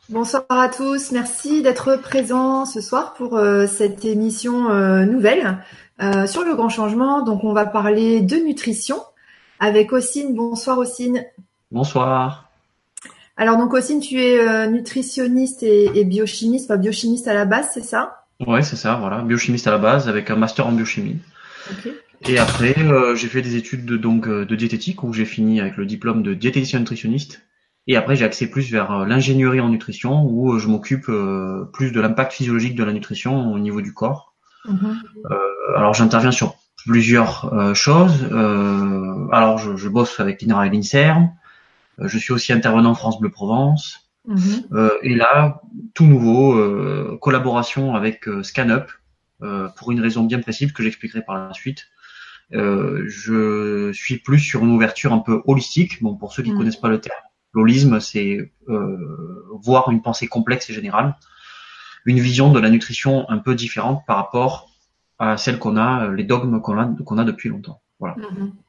Bonsoir à tous, merci d'être présents ce soir pour cette émission nouvelle sur le grand changement. Donc on va parler de nutrition avec Ossine. Bonsoir Ossine. Bonsoir. Alors donc Ossine, tu es nutritionniste et biochimiste, pas biochimiste à la base, c'est ça? Ouais, c'est ça, voilà. Biochimiste à la base avec un master en biochimie. Ok. Et après, j'ai fait des études de diététique où j'ai fini avec le diplôme de diététicien nutritionniste. Et après, j'ai axé plus vers l'ingénierie en nutrition où je m'occupe plus de l'impact physiologique de la nutrition au niveau du corps. Mhm. Alors, j'interviens sur plusieurs choses. Alors, je bosse avec l'INRA et l'INSERM. Je suis aussi intervenant France Bleu Provence. Mhm. Et là, tout nouveau, collaboration avec ScanUp, pour une raison bien précise que j'expliquerai par la suite. Je suis plus sur une ouverture un peu holistique. Bon, pour ceux qui connaissent Mhm. pas le terme, l'holisme, c'est voir une pensée complexe et générale, une vision de la nutrition un peu différente par rapport à celle qu'on a, les dogmes qu'on a depuis longtemps. Voilà. Mhm.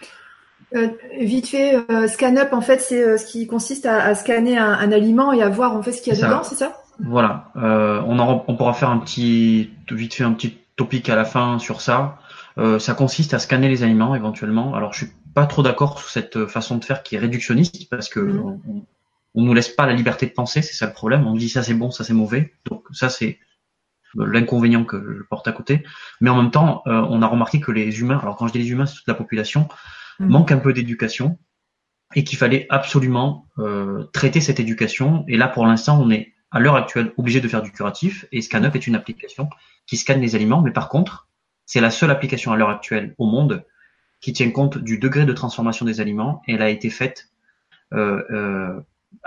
Vite fait, ScanUp en fait c'est ce qui consiste à scanner un aliment et à voir en fait ce qu'il C'est y a dedans, ça. c'est ça? Voilà. On pourra faire vite fait un petit topic à la fin sur ça. Ça consiste à scanner les aliments éventuellement. Alors, je suis pas trop d'accord sur cette façon de faire qui est réductionniste parce que Mhm. on nous laisse pas la liberté de penser, c'est ça le problème. On dit ça c'est bon, ça c'est mauvais. Donc ça c'est l'inconvénient que je porte à côté. Mais en même temps, on a remarqué que les humains, alors quand je dis les humains, c'est toute la population, manque Mhm. un peu d'éducation et qu'il fallait absolument traiter cette éducation. Et là, pour l'instant, on est à l'heure actuelle obligé de faire du curatif. Et ScanUp est une application qui scanne les aliments, mais par contre, c'est la seule application à l'heure actuelle au monde qui tient compte du degré de transformation des aliments. Et elle a été faite, euh, euh,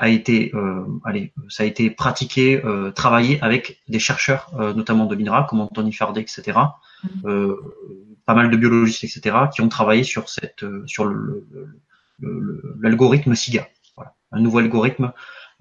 ça a été pratiqué, travaillé avec des chercheurs, notamment de l'INRA, comme Anthony Fardet, etc. Euh, Pas mal de biologistes, etc., qui ont travaillé sur sur l'algorithme SIGA. Voilà. Un nouveau algorithme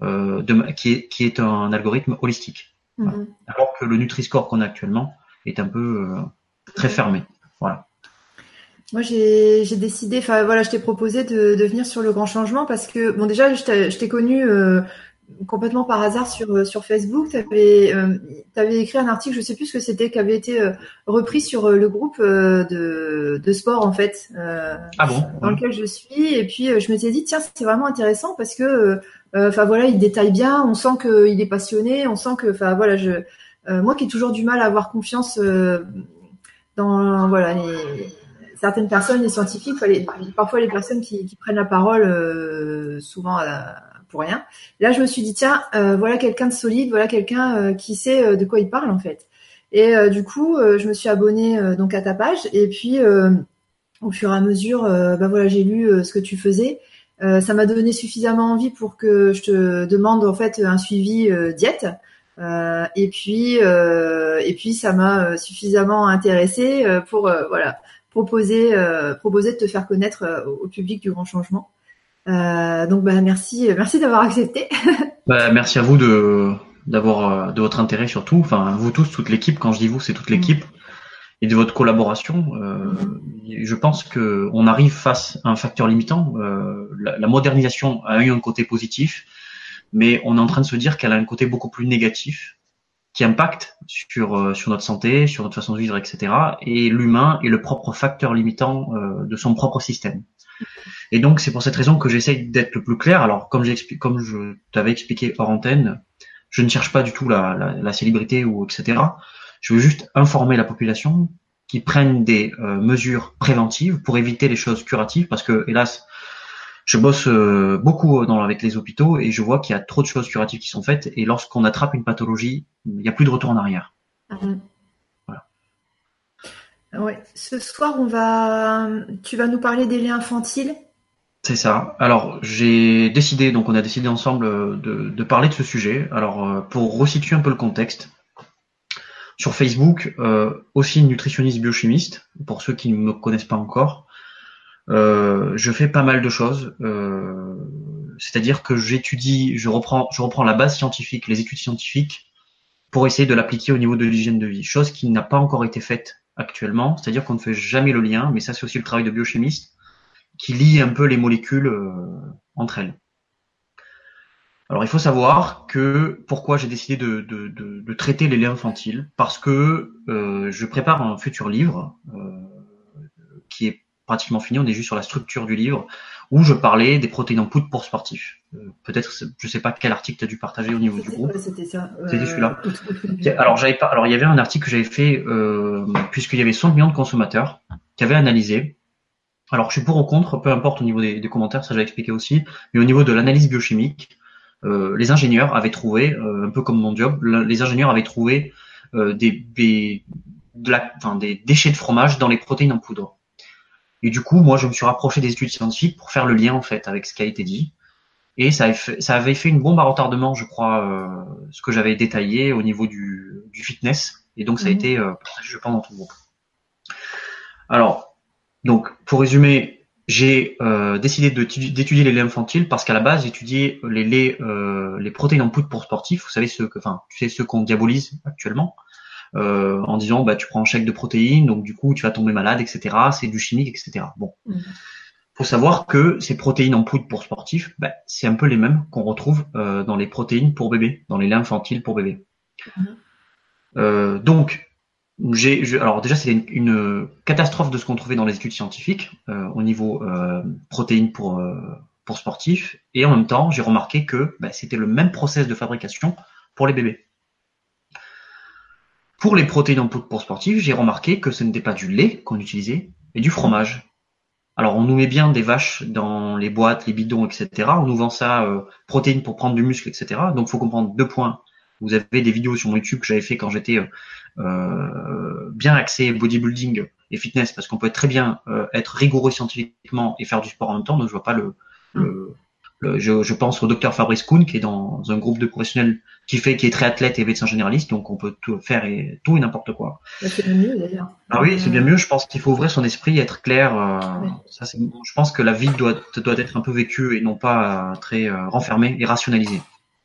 qui est un algorithme holistique. Voilà. Mhm. Alors que le Nutri-Score qu'on a actuellement est un peu très Mhm. fermé. Voilà. Moi, j'ai décidé, enfin voilà, je t'ai proposé de venir sur le grand changement parce que bon déjà, je t'ai connu complètement par hasard sur Facebook. T'avais écrit un article, je sais plus ce que c'était, qui avait été repris sur le groupe de sport en fait, Ah bon? dans Ouais. lequel je suis. Et puis je m'étais dit tiens, c'est vraiment intéressant parce que enfin voilà, il détaille bien, on sent qu'il est passionné, on sent que enfin voilà, moi qui ai toujours du mal à avoir confiance dans voilà certaines personnes, les scientifiques, parfois les personnes qui prennent la parole, souvent pour rien. Là, je me suis dit tiens, voilà quelqu'un de solide, voilà quelqu'un qui sait de quoi il parle en fait. Et du coup, je me suis abonnée donc à ta page et puis au fur et à mesure, bah voilà, j'ai lu ce que tu faisais. Ça m'a donné suffisamment envie pour que je te demande en fait un suivi diète. Et puis ça m'a suffisamment intéressé pour voilà proposer de te faire connaître au public du grand changement. Donc bah merci d'avoir accepté. Bah, merci à vous d'avoir de votre intérêt surtout. Enfin, vous tous, toute l'équipe. Quand je dis vous, c'est toute l'équipe et de votre collaboration. Je pense que on arrive face à un facteur limitant. La modernisation a eu un côté positif, mais on est en train de se dire qu'elle a un côté beaucoup plus négatif qui impacte sur notre santé, sur notre façon de vivre, etc. Et l'humain est le propre facteur limitant de son propre système. Et donc c'est pour cette raison que j'essaye d'être le plus clair. Alors comme je t'avais expliqué hors antenne, je ne cherche pas du tout la célébrité ou etc. Je veux juste informer la population qui prennent des mesures préventives pour éviter les choses curatives, parce que hélas, je bosse beaucoup avec les hôpitaux et je vois qu'il y a trop de choses curatives qui sont faites. Et lorsqu'on attrape une pathologie, il n'y a plus de retour en arrière. Voilà. Ouais. Ce soir, tu vas nous parler des liens infantiles. C'est ça. Alors donc on a décidé ensemble de parler de ce sujet. Alors pour resituer un peu le contexte, sur Facebook, aussi nutritionniste biochimiste, pour ceux qui ne me connaissent pas encore, je fais pas mal de choses. C'est-à-dire que je reprends la base scientifique, les études scientifiques, pour essayer de l'appliquer au niveau de l'hygiène de vie, chose qui n'a pas encore été faite actuellement. C'est-à-dire qu'on ne fait jamais le lien, mais ça c'est aussi le travail de biochimiste qui lie un peu les molécules entre elles. Alors, il faut savoir que pourquoi j'ai décidé de traiter les liens infantiles, parce que je prépare un futur livre qui est pratiquement fini. On est juste sur la structure du livre où je parlais des protéines en poudre pour sportifs. Peut-être, je sais pas quel article tu as dû partager au niveau du groupe. C'était ça. C'était celui-là. Au début. Alors, il y avait un article que j'avais fait puisqu'il y avait 100 millions de consommateurs qui avaient analysé. Alors, je suis pour ou contre, peu importe au niveau des commentaires, ça j'avais expliqué aussi. Mais au niveau de l'analyse biochimique, les ingénieurs avaient trouvé, un peu comme mon job, les ingénieurs avaient trouvé des déchets de fromage dans les protéines en poudre. Et du coup, moi, je me suis rapproché des études scientifiques pour faire le lien en fait avec ce qui a été dit. Et ça avait fait une bombe à retardement, je crois, ce que j'avais détaillé au niveau du fitness. Et donc, ça a été partagé, je pense, dans tout le groupe. Alors, donc, pour résumer, j'ai décidé d'étudier les laits infantiles parce qu'à la base, j'étudiais les protéines en poudre pour sportifs. Vous savez ceux qu'on diabolise actuellement. En disant bah tu prends un chèque de protéines, donc du coup tu vas tomber malade, etc. C'est du chimique, etc. Bon, faut savoir que ces protéines en poudre pour sportifs, bah, c'est un peu les mêmes qu'on retrouve dans les protéines pour bébé, dans les laits infantiles pour bébé. Donc alors déjà c'était une catastrophe de ce qu'on trouvait dans les études scientifiques au niveau protéines pour sportifs, et en même temps j'ai remarqué que bah, c'était le même process de fabrication pour les bébés. Pour les protéines en poudre pour sportifs, j'ai remarqué que ce n'était pas du lait qu'on utilisait, mais du fromage. Alors, on nous met bien des vaches dans les boîtes, les bidons, etc. On nous vend ça, protéines pour prendre du muscle, etc. Donc, il faut comprendre 2 points. Vous avez des vidéos sur mon YouTube que j'avais fait quand j'étais bien axé bodybuilding et fitness, parce qu'on peut très bien être rigoureux scientifiquement et faire du sport en même temps. Donc, je vois pas je pense au docteur Fabrice Kuhn, qui est dans un groupe de professionnels qui est très athlète et médecin généraliste, donc on peut tout faire et tout et n'importe quoi. C'est mieux d'ailleurs. Ah oui, c'est bien mieux. Je pense qu'il faut ouvrir son esprit, être clair. Oui. Je pense que la vie doit être un peu vécue et non pas très renfermée et rationalisée.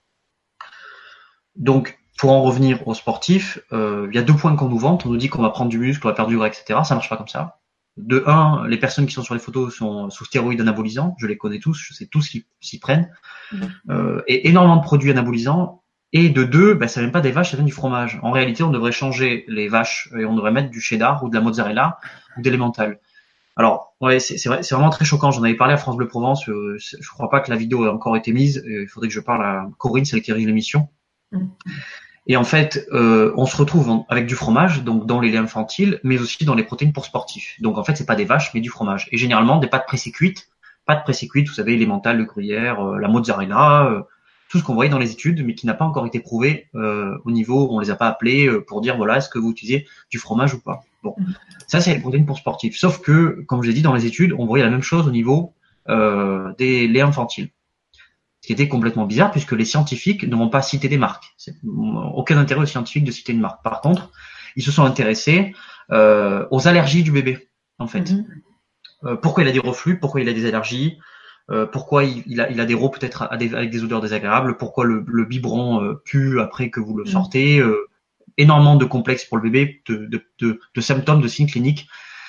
Donc, pour en revenir aux sportifs, il y a 2 points qu'on nous vante. On nous dit qu'on va prendre du muscle, on va perdre du gras, etc. Ça marche pas comme ça. De un, les personnes qui sont sur les photos sont sous stéroïdes anabolisants. Je les connais tous, je sais tous qui s'y prennent. Et énormément de produits anabolisants. Et de 2, ça vient pas des vaches, ça vient du fromage. En réalité, on devrait changer les vaches et on devrait mettre du cheddar ou de la mozzarella ou d'emmental. Alors, ouais, c'est vrai, c'est vraiment très choquant. J'en avais parlé à France Bleu Provence. Je crois pas que la vidéo ait encore été mise. Il faudrait que je parle à Corinne, celle qui dirige l'émission. Et en fait, on se retrouve avec du fromage, donc dans les laits infantiles, mais aussi dans les protéines pour sportifs. Donc en fait, c'est pas des vaches, mais du fromage. Et généralement, des pâtes pressées-cuites, vous savez, l'emmental, le gruyère, la mozzarella, tout ce qu'on voyait dans les études, mais qui n'a pas encore été prouvé au niveau où on les a pas appelés pour dire voilà, est-ce que vous utilisez du fromage ou pas. Bon, ça c'est les protéines pour sportifs. Sauf que, comme je l'ai dit dans les études, on voyait la même chose au niveau des laits infantiles. Ce qui était complètement bizarre puisque les scientifiques ne vont pas citer des marques. C'est aucun intérêt aux scientifiques de citer une marque. Par contre, ils se sont intéressés aux allergies du bébé, en fait. Pourquoi il a des reflux, pourquoi il a des allergies, pourquoi il a des rots peut-être avec des odeurs désagréables, pourquoi le biberon pue après que vous le sortez. Énormément de complexes pour le bébé, de symptômes, de signes cliniques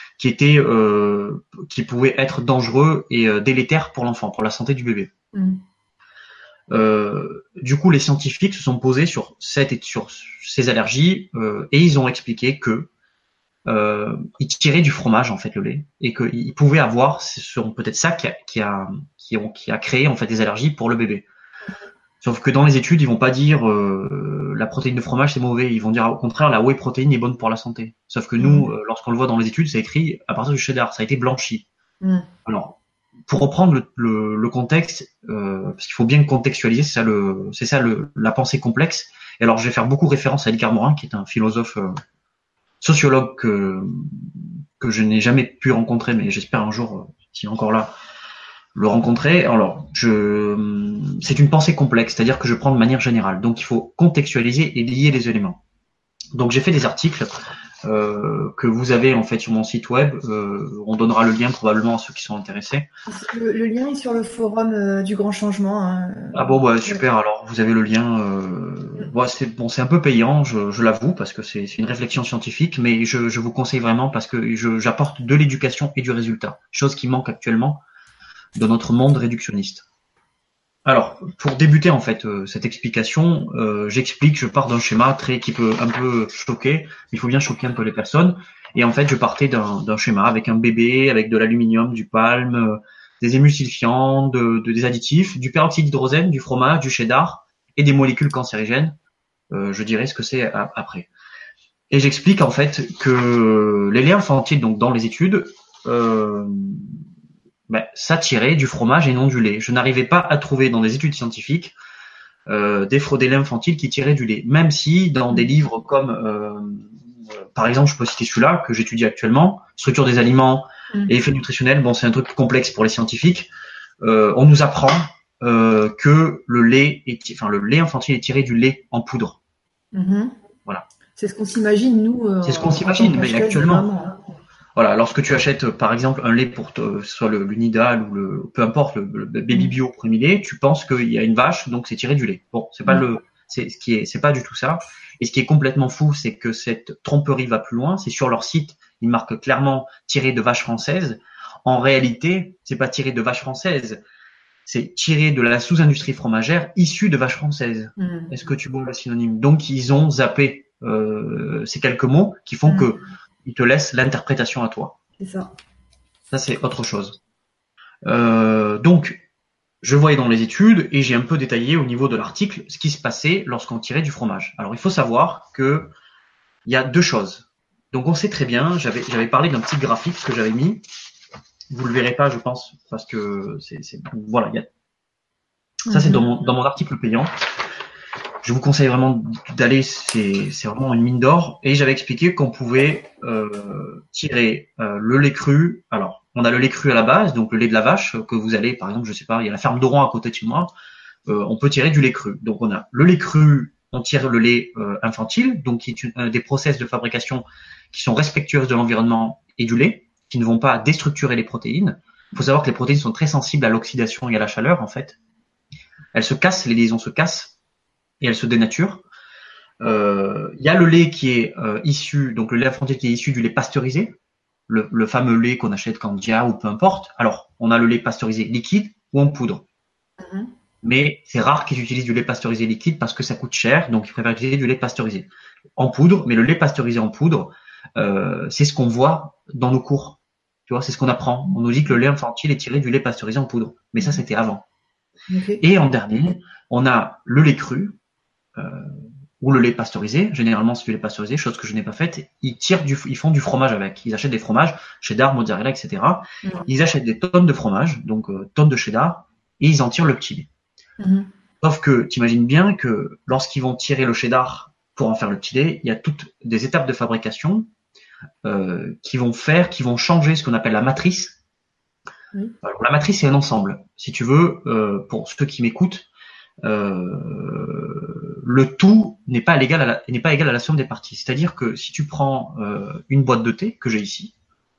qui pouvaient être dangereux et délétères pour l'enfant, pour la santé du bébé. Du coup, les scientifiques se sont posés sur ces allergies et ils ont expliqué que ils tiraient du fromage en fait le lait et qu'ils pouvaient avoir, ce sont peut-être ça qui a créé en fait des allergies pour le bébé. Sauf que dans les études, ils vont pas dire la protéine de fromage c'est mauvais, ils vont dire au contraire la whey protéine est bonne pour la santé. Sauf que nous, lorsqu'on le voit dans les études, c'est écrit à partir du cheddar, ça a été blanchi. Alors pour reprendre le contexte, parce qu'il faut bien contextualiser, c'est ça la pensée complexe. Et alors, je vais faire beaucoup référence à Edgar Morin, qui est un philosophe sociologue que je n'ai jamais pu rencontrer, mais j'espère un jour, s'il est encore là, le rencontrer. Alors, c'est une pensée complexe, c'est-à-dire que je prends de manière générale. Donc, il faut contextualiser et lier les éléments. Donc, j'ai fait des articles que vous avez en fait sur mon site web. On donnera le lien probablement à ceux qui sont intéressés. Le lien est sur le forum du Grand Changement. Hein. Ah bon, bah, super. Alors vous avez le lien. C'est un peu payant, je l'avoue, parce que c'est une réflexion scientifique, mais je vous conseille vraiment parce que j'apporte de l'éducation et du résultat, chose qui manque actuellement dans notre monde réductionniste. Alors, pour débuter en fait cette explication, j'explique, je pars d'un schéma qui peut un peu choquer, mais il faut bien choquer un peu les personnes. Et en fait, je partais d'un schéma avec un bébé, avec de l'aluminium, du palme, des émulsifiants, des additifs, du peroxyde d'hydrogène, du fromage, du cheddar et des molécules cancérigènes. Je dirais ce que c'est après. Et j'explique en fait que les laits infantiles, donc dans les études, ça tirait du fromage et non du lait. Je n'arrivais pas à trouver dans des études scientifiques des laits infantiles qui tiraient du lait, même si dans des livres comme, par exemple, je peux citer celui-là que j'étudie actuellement, Structure des aliments et effets nutritionnels. Bon, c'est un truc complexe pour les scientifiques. On nous apprend que le lait infantile est tiré du lait en poudre. Voilà. C'est ce qu'on s'imagine, nous, c'est ce qu'on s'imagine, mais actuellement. Hein. Voilà, lorsque tu achètes par exemple un lait pour soit le Nidal ou peu importe le Baby Bio Premier lait, tu penses qu'il y a une vache, donc c'est tiré du lait. Bon, c'est pas c'est pas du tout ça. Et ce qui est complètement fou, c'est que cette tromperie va plus loin. C'est sur leur site, ils marquent clairement tiré de vache française. En réalité, c'est pas tiré de vache française, c'est tiré de la sous-industrie fromagère issue de vache française. Est-ce que tu vois le synonyme? Donc ils ont zappé ces quelques mots qui font que ils te laissent l'interprétation à toi. C'est ça. Ça, c'est autre chose. Donc, je voyais dans les études et j'ai un peu détaillé au niveau de l'article ce qui se passait lorsqu'on tirait du fromage. Alors, il faut savoir que il y a deux choses. Donc, on sait très bien, j'avais parlé d'un petit graphique que j'avais mis. Vous le verrez pas, je pense, parce que voilà, ça c'est dans mon article payant. Je vous conseille vraiment d'aller, c'est vraiment une mine d'or. Et j'avais expliqué qu'on pouvait tirer le lait cru. Alors, on a le lait cru à la base, donc le lait de la vache que vous allez, par exemple, je sais pas, il y a la ferme d'Oran à côté de chez moi. On peut tirer du lait cru. Donc, on a le lait cru, on tire le lait infantile, donc qui est des process de fabrication qui sont respectueuses de l'environnement et du lait, qui ne vont pas déstructurer les protéines. Il faut savoir que les protéines sont très sensibles à l'oxydation et à la chaleur, en fait. Elles se cassent, les liaisons se cassent. Et elle se dénature. Il y a le lait qui est issu, donc le lait infantile qui est issu du lait pasteurisé, le fameux lait qu'on achète Candia ou peu importe. Alors, on a le lait pasteurisé liquide ou en poudre. Mais c'est rare qu'ils utilisent du lait pasteurisé liquide parce que ça coûte cher, donc ils préfèrent utiliser du lait pasteurisé en poudre. Mais le lait pasteurisé en poudre, c'est ce qu'on voit dans nos cours. Tu vois, c'est ce qu'on apprend. On nous dit que le lait infantile est tiré du lait pasteurisé en poudre. Mais ça, c'était avant. Et en dernier, on a le lait cru, ou le lait pasteurisé. Généralement, c'est du lait pasteurisé, chose que je n'ai pas faite. Ils font du fromage avec. Ils achètent des fromages, cheddar, mozzarella, etc. Ils achètent des tonnes de fromage, donc tonnes de cheddar, et ils en tirent le petit lait. Sauf que t'imagines bien que lorsqu'ils vont tirer le cheddar pour en faire le petit lait, il y a toutes des étapes de fabrication qui vont changer ce qu'on appelle la matrice. Alors, la matrice, c'est un ensemble. Si tu veux, pour ceux qui m'écoutent, le tout n'est pas égal à la somme des parties. C'est-à-dire que si tu prends une boîte de thé que j'ai ici,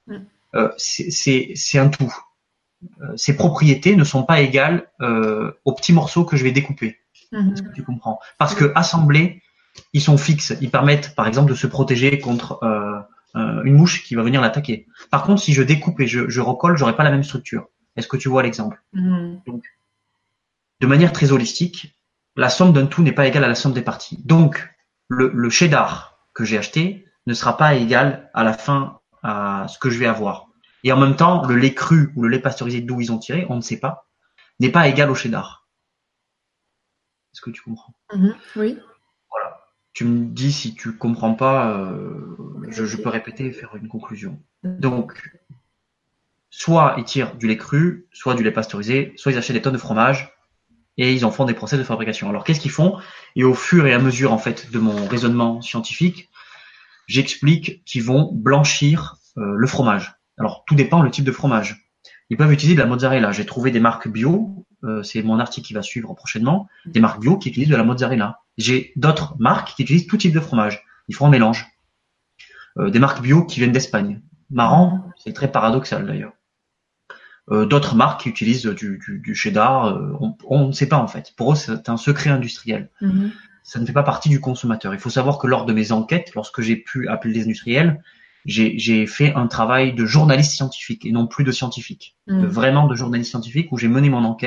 c'est un tout. Ses propriétés ne sont pas égales aux petits morceaux que je vais découper. Est-ce que tu comprends? Parce que assemblés, ils sont fixes. Ils permettent, par exemple, de se protéger contre une mouche qui va venir l'attaquer. Par contre, si je découpe et je recolle, j'aurai pas la même structure. Est-ce que tu vois l'exemple? Donc, de manière très holistique, la somme d'un tout n'est pas égale à la somme des parties. Donc, le cheddar que j'ai acheté ne sera pas égal à la fin à ce que je vais avoir. Et en même temps, le lait cru ou le lait pasteurisé d'où ils ont tiré, on ne sait pas, n'est pas égal au cheddar. Est-ce que tu comprends? Oui. Voilà. Tu me dis si tu comprends pas, je peux répéter et faire une conclusion. Donc, soit ils tirent du lait cru, soit du lait pasteurisé, soit ils achètent des tonnes de fromage, et ils en font des process de fabrication. Alors qu'est-ce qu'ils font? Et au fur et à mesure en fait de mon raisonnement scientifique, j'explique qu'ils vont blanchir le fromage. Alors tout dépend le type de fromage. Ils peuvent utiliser de la mozzarella. J'ai trouvé des marques bio, c'est mon article qui va suivre prochainement, des marques bio qui utilisent de la mozzarella. J'ai d'autres marques qui utilisent tout type de fromage. Ils font un mélange. Des marques bio qui viennent d'Espagne. Marrant, c'est très paradoxal d'ailleurs. D'autres marques qui utilisent du cheddar, on ne sait pas en fait. Pour eux, c'est un secret industriel. Ça ne fait pas partie du consommateur. Il faut savoir que lors de mes enquêtes, lorsque j'ai pu appeler les industriels, j'ai fait un travail de journaliste scientifique et non plus de scientifique. Vraiment de journaliste scientifique où j'ai mené mon enquête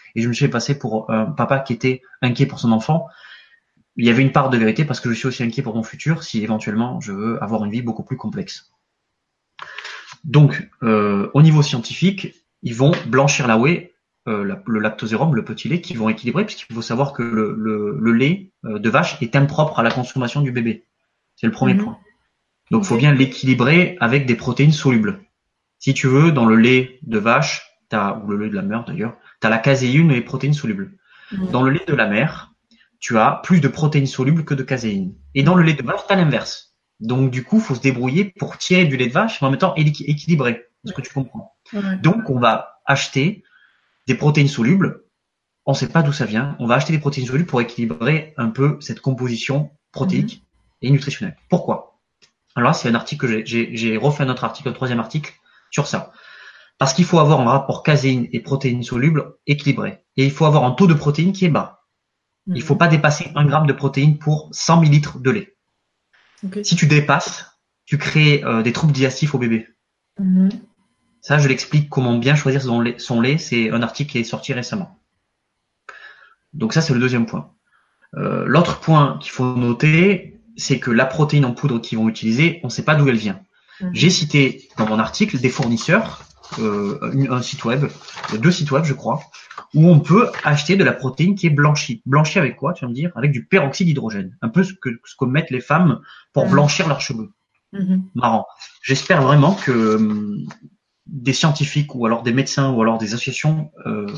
et je me suis fait passer pour un papa qui était inquiet pour son enfant. Il y avait une part de vérité parce que je suis aussi inquiet pour mon futur si éventuellement je veux avoir une vie beaucoup plus complexe. Donc, au niveau scientifique, ils vont blanchir la whey, le lactosérum, le petit lait, qui vont équilibrer, puisqu'il faut savoir que le lait de vache est impropre à la consommation du bébé. C'est le premier point. Donc, il faut bien l'équilibrer avec des protéines solubles. Si tu veux, dans le lait de vache, ou le lait de la mère d'ailleurs, tu as la caséine et les protéines solubles. Dans le lait de la mère, tu as plus de protéines solubles que de caséine. Et dans le lait de vache, tu as l'inverse. Donc, du coup, faut se débrouiller pour tirer du lait de vache, mais en même temps équilibrer. Est-ce que tu comprends? Donc, on va acheter des protéines solubles. On ne sait pas d'où ça vient. On va acheter des protéines solubles pour équilibrer un peu cette composition protéique et nutritionnelle. Pourquoi? Alors là, c'est un article que j'ai refait un autre article, un troisième article sur ça. Parce qu'il faut avoir un rapport caséine et protéines solubles équilibré. Et il faut avoir un taux de protéines qui est bas. Il ne faut pas dépasser 1 gramme de protéines pour 100 millilitres de lait. Si tu dépasses, tu crées des troubles digestifs au bébé. Ça, je l'explique comment bien choisir son lait. C'est un article qui est sorti récemment. Donc ça, c'est le deuxième point. L'autre point qu'il faut noter, c'est que la protéine en poudre qu'ils vont utiliser, on ne sait pas d'où elle vient. J'ai cité dans mon article des fournisseurs, un site web, 2 sites web, je crois, où on peut acheter de la protéine qui est blanchie. Blanchie avec quoi, tu vas me dire? Avec du peroxyde d'hydrogène. Un peu ce que mettent les femmes pour blanchir leurs cheveux. Marrant. J'espère vraiment que des scientifiques ou alors des médecins ou alors des associations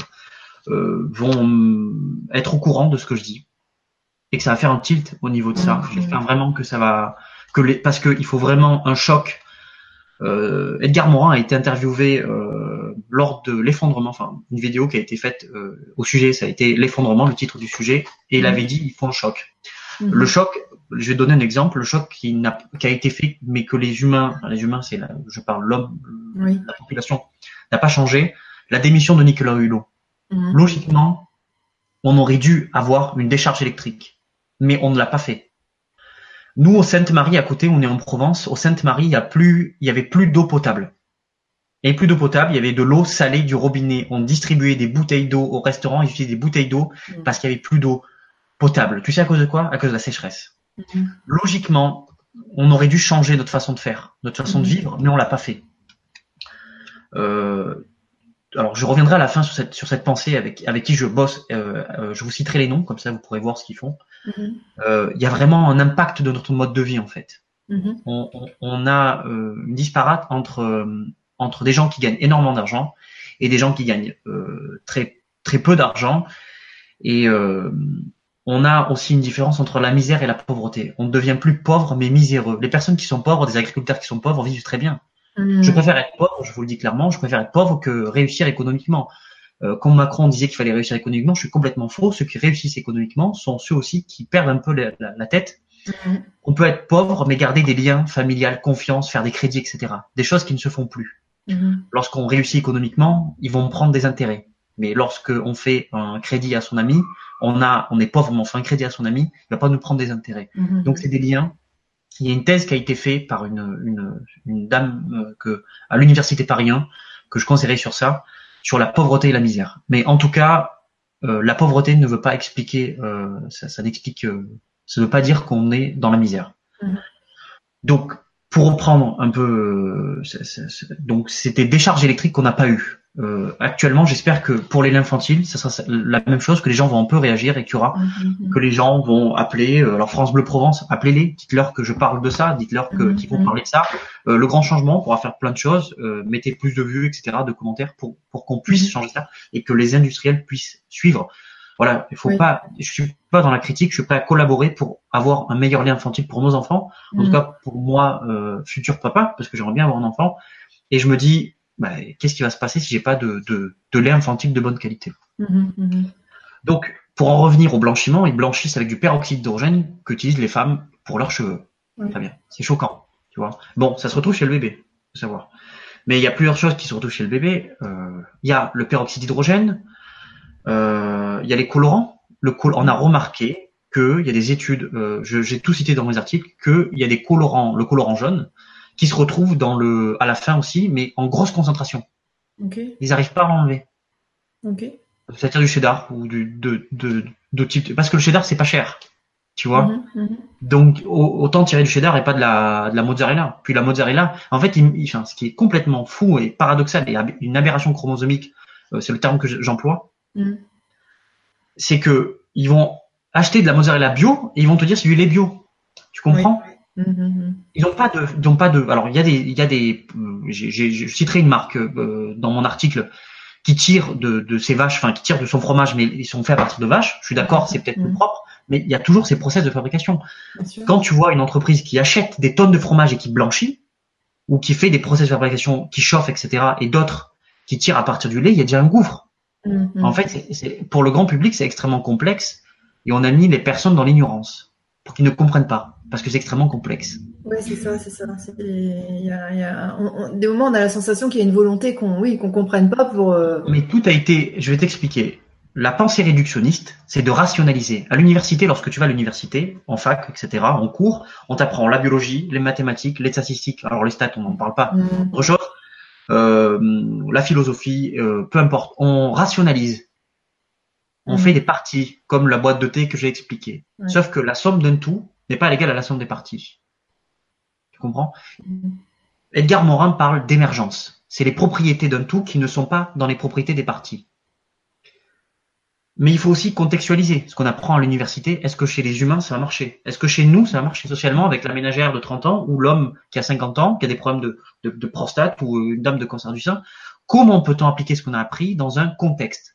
vont être au courant de ce que je dis et que ça va faire un tilt au niveau de ça. J'espère vraiment que ça va, parce qu'il faut vraiment un choc. Edgar Morin a été interviewé lors de l'effondrement, enfin une vidéo qui a été faite au sujet, ça a été l'effondrement, le titre du sujet, et il avait dit il faut un choc. Le choc, je vais donner un exemple, le choc qui a été fait, mais que les humains, c'est je parle l'homme, la population n'a pas changé. La démission de Nicolas Hulot. Logiquement, on aurait dû avoir une décharge électrique, mais on ne l'a pas fait. Nous, au Sainte-Marie, à côté, on est en Provence, au Sainte-Marie, il y avait plus d'eau potable. Il y avait plus d'eau potable, il y avait de l'eau salée du robinet. On distribuait des bouteilles d'eau au restaurant, ils utilisaient des bouteilles d'eau parce qu'il y avait plus d'eau potable. Tu sais à cause de quoi? À cause de la sécheresse. Logiquement, on aurait dû changer notre façon de faire, notre façon de vivre, mais on l'a pas fait. Alors, je reviendrai à la fin sur cette pensée avec qui je bosse. Je vous citerai les noms, comme ça vous pourrez voir ce qu'ils font. Il y a vraiment un impact de notre mode de vie en fait. On a une disparate entre des gens qui gagnent énormément d'argent et des gens qui gagnent très très peu d'argent. Et on a aussi une différence entre la misère et la pauvreté. On ne devient plus pauvre mais miséreux. Les personnes qui sont pauvres, des agriculteurs qui sont pauvres, vivent très bien. Je préfère être pauvre, je vous le dis clairement, je préfère être pauvre que réussir économiquement. Quand Macron disait qu'il fallait réussir économiquement, je suis complètement faux. Ceux qui réussissent économiquement sont ceux aussi qui perdent un peu la tête. On peut être pauvre, mais garder des liens familiales, confiance, faire des crédits, etc. Des choses qui ne se font plus. Lorsqu'on réussit économiquement, ils vont prendre des intérêts. Mais lorsqu'on fait un crédit à son ami, on est pauvre, mais on fait un crédit à son ami, il va pas nous prendre des intérêts. Donc c'est des liens. Il y a une thèse qui a été faite par une dame à l'université Paris 1, que je conseillerais sur ça, sur la pauvreté et la misère. Mais en tout cas, la pauvreté ne veut pas expliquer, ça n'explique, ça ne veut pas dire qu'on est dans la misère. Donc, pour reprendre un peu, donc c'était décharge électrique qu'on n'a pas eu. Actuellement, j'espère que pour les lait infantile, ça sera la même chose, que les gens vont un peu réagir et qu'il y aura, que les gens vont appeler, alors France Bleu Provence, appelez-les, dites-leur que je parle de ça, dites-leur qu'ils vont parler de ça. Le grand changement, on pourra faire plein de choses, mettez plus de vues, etc., de commentaires pour qu'on puisse changer ça et que les industriels puissent suivre. Voilà, il faut pas, je suis pas dans la critique, je suis prêt à collaborer pour avoir un meilleur lait infantile pour nos enfants, en tout cas pour moi, futur papa, parce que j'aimerais bien avoir un enfant, et je me dis, qu'est-ce qui va se passer si j'ai pas de lait infantile de bonne qualité? Donc, pour en revenir au blanchiment, ils blanchissent avec du peroxyde d'hydrogène qu'utilisent les femmes pour leurs cheveux. Très bien. C'est choquant, tu vois. Bon, ça se retrouve chez le bébé, faut savoir. Mais il y a plusieurs choses qui se retrouvent chez le bébé. Il y a le peroxyde d'hydrogène, il y a les colorants. On a remarqué qu'il y a des études, j'ai tout cité dans mes articles, qu'il y a des colorants, le colorant jaune, qui se retrouvent à la fin aussi, mais en grosse concentration. Ils n'arrivent pas à l'enlever. Ça tire du cheddar ou de type, parce que le cheddar c'est pas cher, tu vois. Donc autant tirer du cheddar et pas de la mozzarella. Puis la mozzarella, en fait, enfin, ce qui est complètement fou et paradoxal et une aberration chromosomique, c'est le terme que j'emploie, c'est que ils vont acheter de la mozzarella bio et ils vont te dire c'est du lait bio. Tu comprends? Ils n'ont pas de. Alors il y a des. Je citerai une marque dans mon article qui tire de ses vaches, enfin qui tire de son fromage, mais ils sont faits à partir de vaches. Je suis d'accord, c'est peut-être plus propre, mais il y a toujours ces process de fabrication. Quand tu vois une entreprise qui achète des tonnes de fromage et qui blanchit, ou qui fait des process de fabrication qui chauffent, etc., et d'autres qui tirent à partir du lait, il y a déjà un gouffre. En fait, pour le grand public, c'est extrêmement complexe, et on a mis les personnes dans l'ignorance pour qu'ils ne comprennent pas, parce que c'est extrêmement complexe. Oui, c'est ça. Des moments, on a la sensation qu'il y a une volonté qu'on comprenne pas pour. Mais tout a été, je vais t'expliquer. La pensée réductionniste, c'est de rationaliser. À l'université, lorsque tu vas à l'université, en fac, etc., en cours, on t'apprend la biologie, les mathématiques, les statistiques. Alors les stats, on n'en parle pas. Autre chose, la philosophie, peu importe. On rationalise. On fait des parties, comme la boîte de thé que j'ai expliqué. Sauf que la somme d'un tout n'est pas égale à la somme des parties. Tu comprends? Edgar Morin parle d'émergence. C'est les propriétés d'un tout qui ne sont pas dans les propriétés des parties. Mais il faut aussi contextualiser ce qu'on apprend à l'université. Est-ce que chez les humains, ça va marcher? Est-ce que chez nous, ça va marcher socialement avec la ménagère de 30 ans ou l'homme qui a 50 ans, qui a des problèmes de prostate ou une dame de cancer du sein? Comment peut-on appliquer ce qu'on a appris dans un contexte?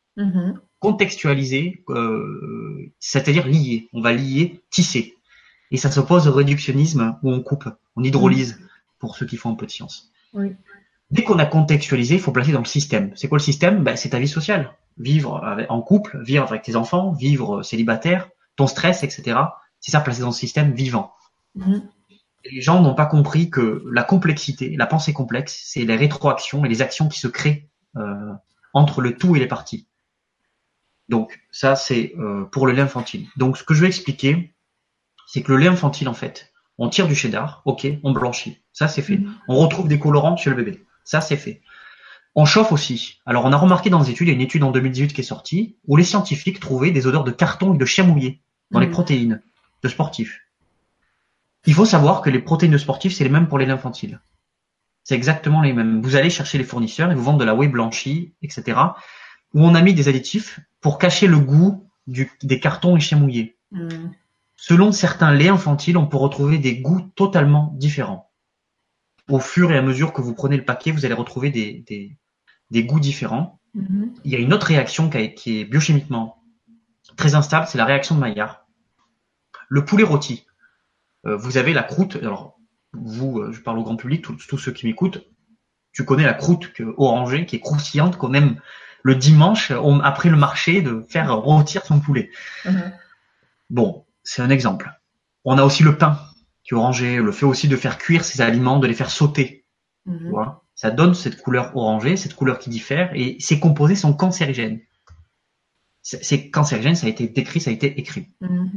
Contextualiser, c'est-à-dire lier. On va lier, tisser. Et ça s'oppose au réductionnisme où on coupe, on hydrolyse, pour ceux qui font un peu de science. Oui. Dès qu'on a contextualisé, il faut placer dans le système. C'est quoi le système? C'est ta vie sociale. Vivre en couple, vivre avec tes enfants, vivre célibataire, ton stress, etc. C'est ça, placé dans le système vivant. Et les gens n'ont pas compris que la complexité, la pensée complexe, c'est les rétroactions et les actions qui se créent entre le tout et les parties. Donc ça, c'est pour le lait infantile. Donc ce que je vais expliquer, c'est que le lait infantile, en fait, on tire du cheddar, ok, on blanchit, ça c'est fait. On retrouve des colorants chez le bébé, ça c'est fait. On chauffe aussi. Alors on a remarqué dans les études, il y a une étude en 2018 qui est sortie, où les scientifiques trouvaient des odeurs de carton et de chien mouillé dans les protéines de sportifs. Il faut savoir que les protéines de sportifs, c'est les mêmes pour les laits infantiles. C'est exactement les mêmes. Vous allez chercher les fournisseurs, ils vous vendent de la whey blanchie, etc., où on a mis des additifs pour cacher le goût des cartons et chiens mouillés. Selon certains laits infantiles, on peut retrouver des goûts totalement différents. Au fur et à mesure que vous prenez le paquet, vous allez retrouver des goûts différents. Il y a une autre réaction qui est biochimiquement très instable, c'est la réaction de Maillard. Le poulet rôti, vous avez la croûte. Alors, vous, je parle au grand public, tous ceux qui m'écoutent, tu connais la croûte orangée qui est croustillante, qu'on aime le dimanche, après le marché, de faire rôtir son poulet. Bon, c'est un exemple. On a aussi le pain qui est orangé, le fait aussi de faire cuire ces aliments, de les faire sauter. Tu vois, ça donne cette couleur orangée, cette couleur qui diffère, et ces composés sont cancérigènes. C'est cancérigène, ça a été décrit, ça a été écrit.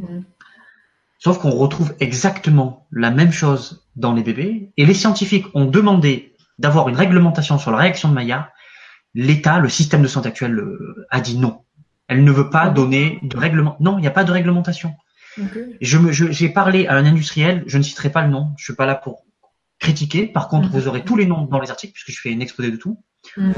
Sauf qu'on retrouve exactement la même chose dans les bébés, et les scientifiques ont demandé d'avoir une réglementation sur la réaction de Maillard. L'État, le système de santé actuel a dit non. Elle ne veut pas donner de règlement. Non, il n'y a pas de réglementation. J'ai parlé à un industriel, je ne citerai pas le nom, je suis pas là pour critiquer. Par contre, vous aurez tous les noms dans les articles puisque je fais une exposé de tout.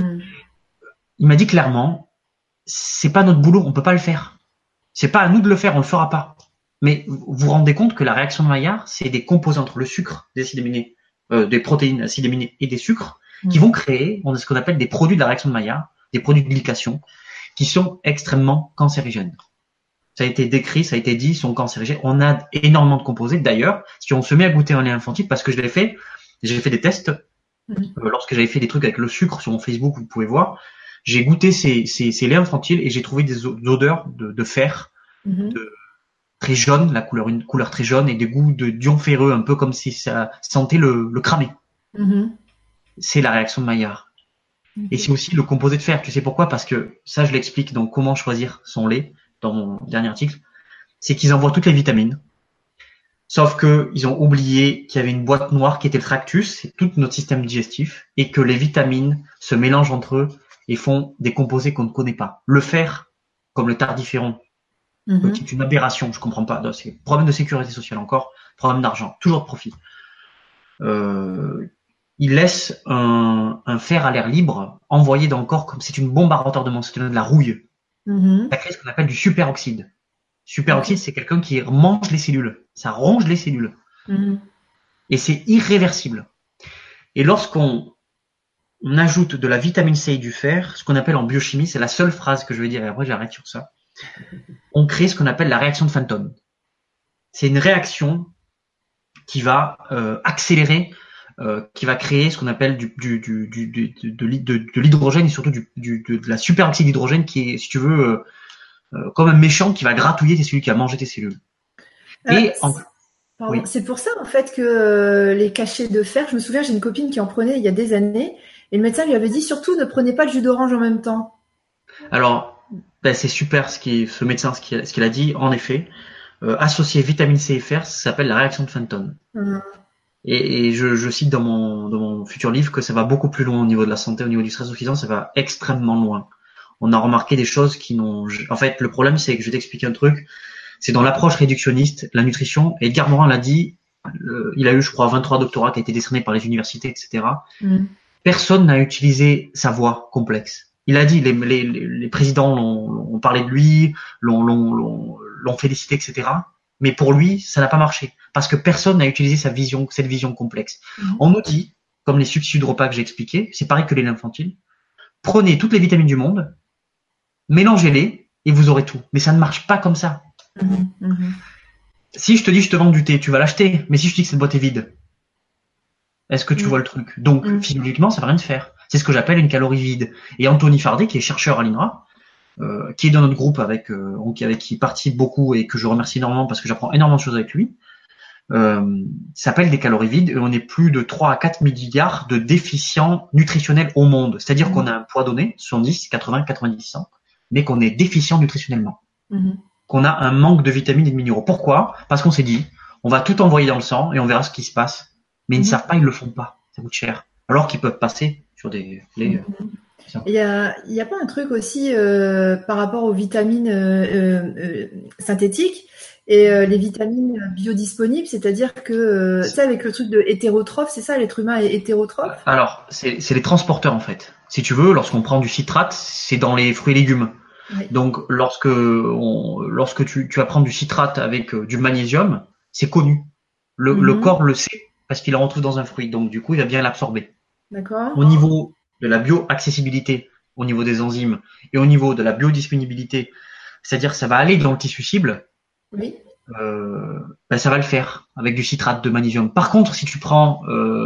Il m'a dit clairement, c'est pas notre boulot, on peut pas le faire. C'est pas à nous de le faire, on le fera pas. Mais vous vous rendez compte que la réaction de Maillard, c'est des composés entre le sucre, des acides aminés, des protéines, acides aminés et des sucres qui vont créer ce qu'on appelle des produits de la réaction de Maillard, des produits de glycation, qui sont extrêmement cancérigènes. Ça a été décrit, ça a été dit, ils sont cancérigènes. On a énormément de composés. D'ailleurs, si on se met à goûter un lait infantile, parce que j'ai fait des tests, lorsque j'avais fait des trucs avec le sucre sur mon Facebook, vous pouvez voir, j'ai goûté ces laits infantiles et j'ai trouvé des odeurs de fer, très jaune, une couleur très jaune et des goûts d'ion ferreux, un peu comme si ça sentait le cramé. C'est la réaction de Maillard. Et c'est aussi le composé de fer. Tu sais pourquoi? Parce que ça, je l'explique dans Comment choisir son lait, dans mon dernier article. C'est qu'ils envoient toutes les vitamines. Sauf que ils ont oublié qu'il y avait une boîte noire qui était le tractus, c'est tout notre système digestif, et que les vitamines se mélangent entre eux et font des composés qu'on ne connaît pas. Le fer, comme le tardiféron, qui est une aberration, je comprends pas. C'est problème de sécurité sociale encore, problème d'argent, toujours de profit. Il laisse un fer à l'air libre envoyé dans le corps comme c'est une bombe à retardement, c'est de la rouille. Ça crée ce qu'on appelle du superoxyde. Superoxyde, c'est quelqu'un qui mange les cellules. Ça ronge les cellules. Et c'est irréversible. Et lorsqu'on ajoute de la vitamine C et du fer, ce qu'on appelle en biochimie, c'est la seule phrase que je vais dire et après j'arrête sur ça, on crée ce qu'on appelle la réaction de Fenton. C'est une réaction qui va accélérer, qui va créer ce qu'on appelle de l'hydrogène et surtout de la superoxyde d'hydrogène qui est, si tu veux, comme un méchant qui va gratouiller tes cellules, qui va manger tes cellules. Oui. C'est pour ça en fait que les cachets de fer, je me souviens, j'ai une copine qui en prenait il y a des années et le médecin lui avait dit surtout ne prenez pas le jus d'orange en même temps. Alors, c'est super ce médecin ce qu'il a dit. En effet, associer vitamine C et fer, ça s'appelle la réaction de Fenton. Et je cite dans mon futur livre que ça va beaucoup plus loin au niveau de la santé, au niveau du stress oxydant, ça va extrêmement loin. On a remarqué des choses qui n'ont... En fait, le problème, c'est que je vais t'expliquer un truc. C'est dans l'approche réductionniste, la nutrition, et Edgar Morin l'a dit, il a eu, je crois, 23 doctorats qui a été décernés par les universités, etc. Personne n'a utilisé sa voix complexe. Il a dit, les présidents ont parlé de lui, l'ont félicité, etc. Mais pour lui, ça n'a pas marché. Parce que personne n'a utilisé cette vision complexe. On nous dit, comme les substituts de repas que j'ai expliqués, c'est pareil que les lymphantiles, prenez toutes les vitamines du monde, mélangez-les, et vous aurez tout. Mais ça ne marche pas comme ça. Si je te dis je te vends du thé, tu vas l'acheter. Mais si je te dis que cette boîte est vide, est-ce que tu vois le truc? Donc, physiologiquement, ça va rien te faire. C'est ce que j'appelle une calorie vide. Et Anthony Fardet, qui est chercheur à l'INRA, qui est dans notre groupe avec qui participe beaucoup et que je remercie énormément parce que j'apprends énormément de choses avec lui, s'appelle des calories vides et on est plus de 3 à 4 milliards de déficients nutritionnels au monde. C'est-à-dire qu'on a un poids donné, 70, 80, 90, 100, mais qu'on est déficient nutritionnellement. Qu'on a un manque de vitamines et de minéraux. Pourquoi? Parce qu'on s'est dit, on va tout envoyer dans le sang et on verra ce qui se passe. Mais ils ne savent pas, ils le font pas. Ça coûte cher. Alors qu'ils peuvent passer sur des... Il y a pas un truc aussi par rapport aux vitamines synthétiques et les vitamines biodisponibles, c'est-à-dire que tu sais, avec le truc de hétérotrophe, c'est ça, l'être humain est hétérotrophe? Alors, c'est les transporteurs en fait. Si tu veux, lorsqu'on prend du citrate, c'est dans les fruits et légumes. Oui. Donc, lorsque tu vas prendre du citrate avec du magnésium, c'est connu. Le corps le sait parce qu'il en retrouve dans un fruit. Donc, du coup, il va bien l'absorber. D'accord. Au niveau de la bioaccessibilité, au niveau des enzymes et au niveau de la biodisponibilité, c'est-à-dire ça va aller dans le tissu cible, oui. Ça va le faire avec du citrate de magnésium. Par contre, si tu prends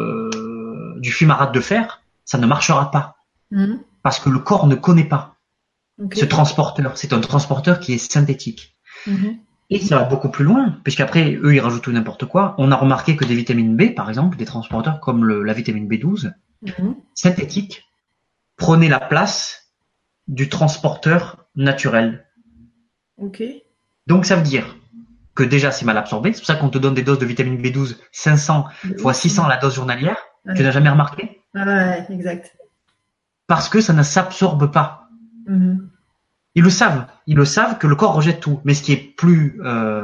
du fumarate de fer, ça ne marchera pas parce que le corps ne connaît pas. Okay. Ce transporteur, c'est un transporteur qui est synthétique. Et ça va beaucoup plus loin, puisqu'après, eux, ils rajoutent tout n'importe quoi. On a remarqué que des vitamines B, par exemple, des transporteurs comme la vitamine B12, synthétique, prenaient la place du transporteur naturel. Okay. Donc, ça veut dire que déjà, c'est mal absorbé. C'est pour ça qu'on te donne des doses de vitamine B12 500 fois 600 la dose journalière. Ouais. Tu n'as jamais remarqué? Ouais, exact. Parce que ça ne s'absorbe pas. Ils le savent que le corps rejette tout. Mais ce qui est plus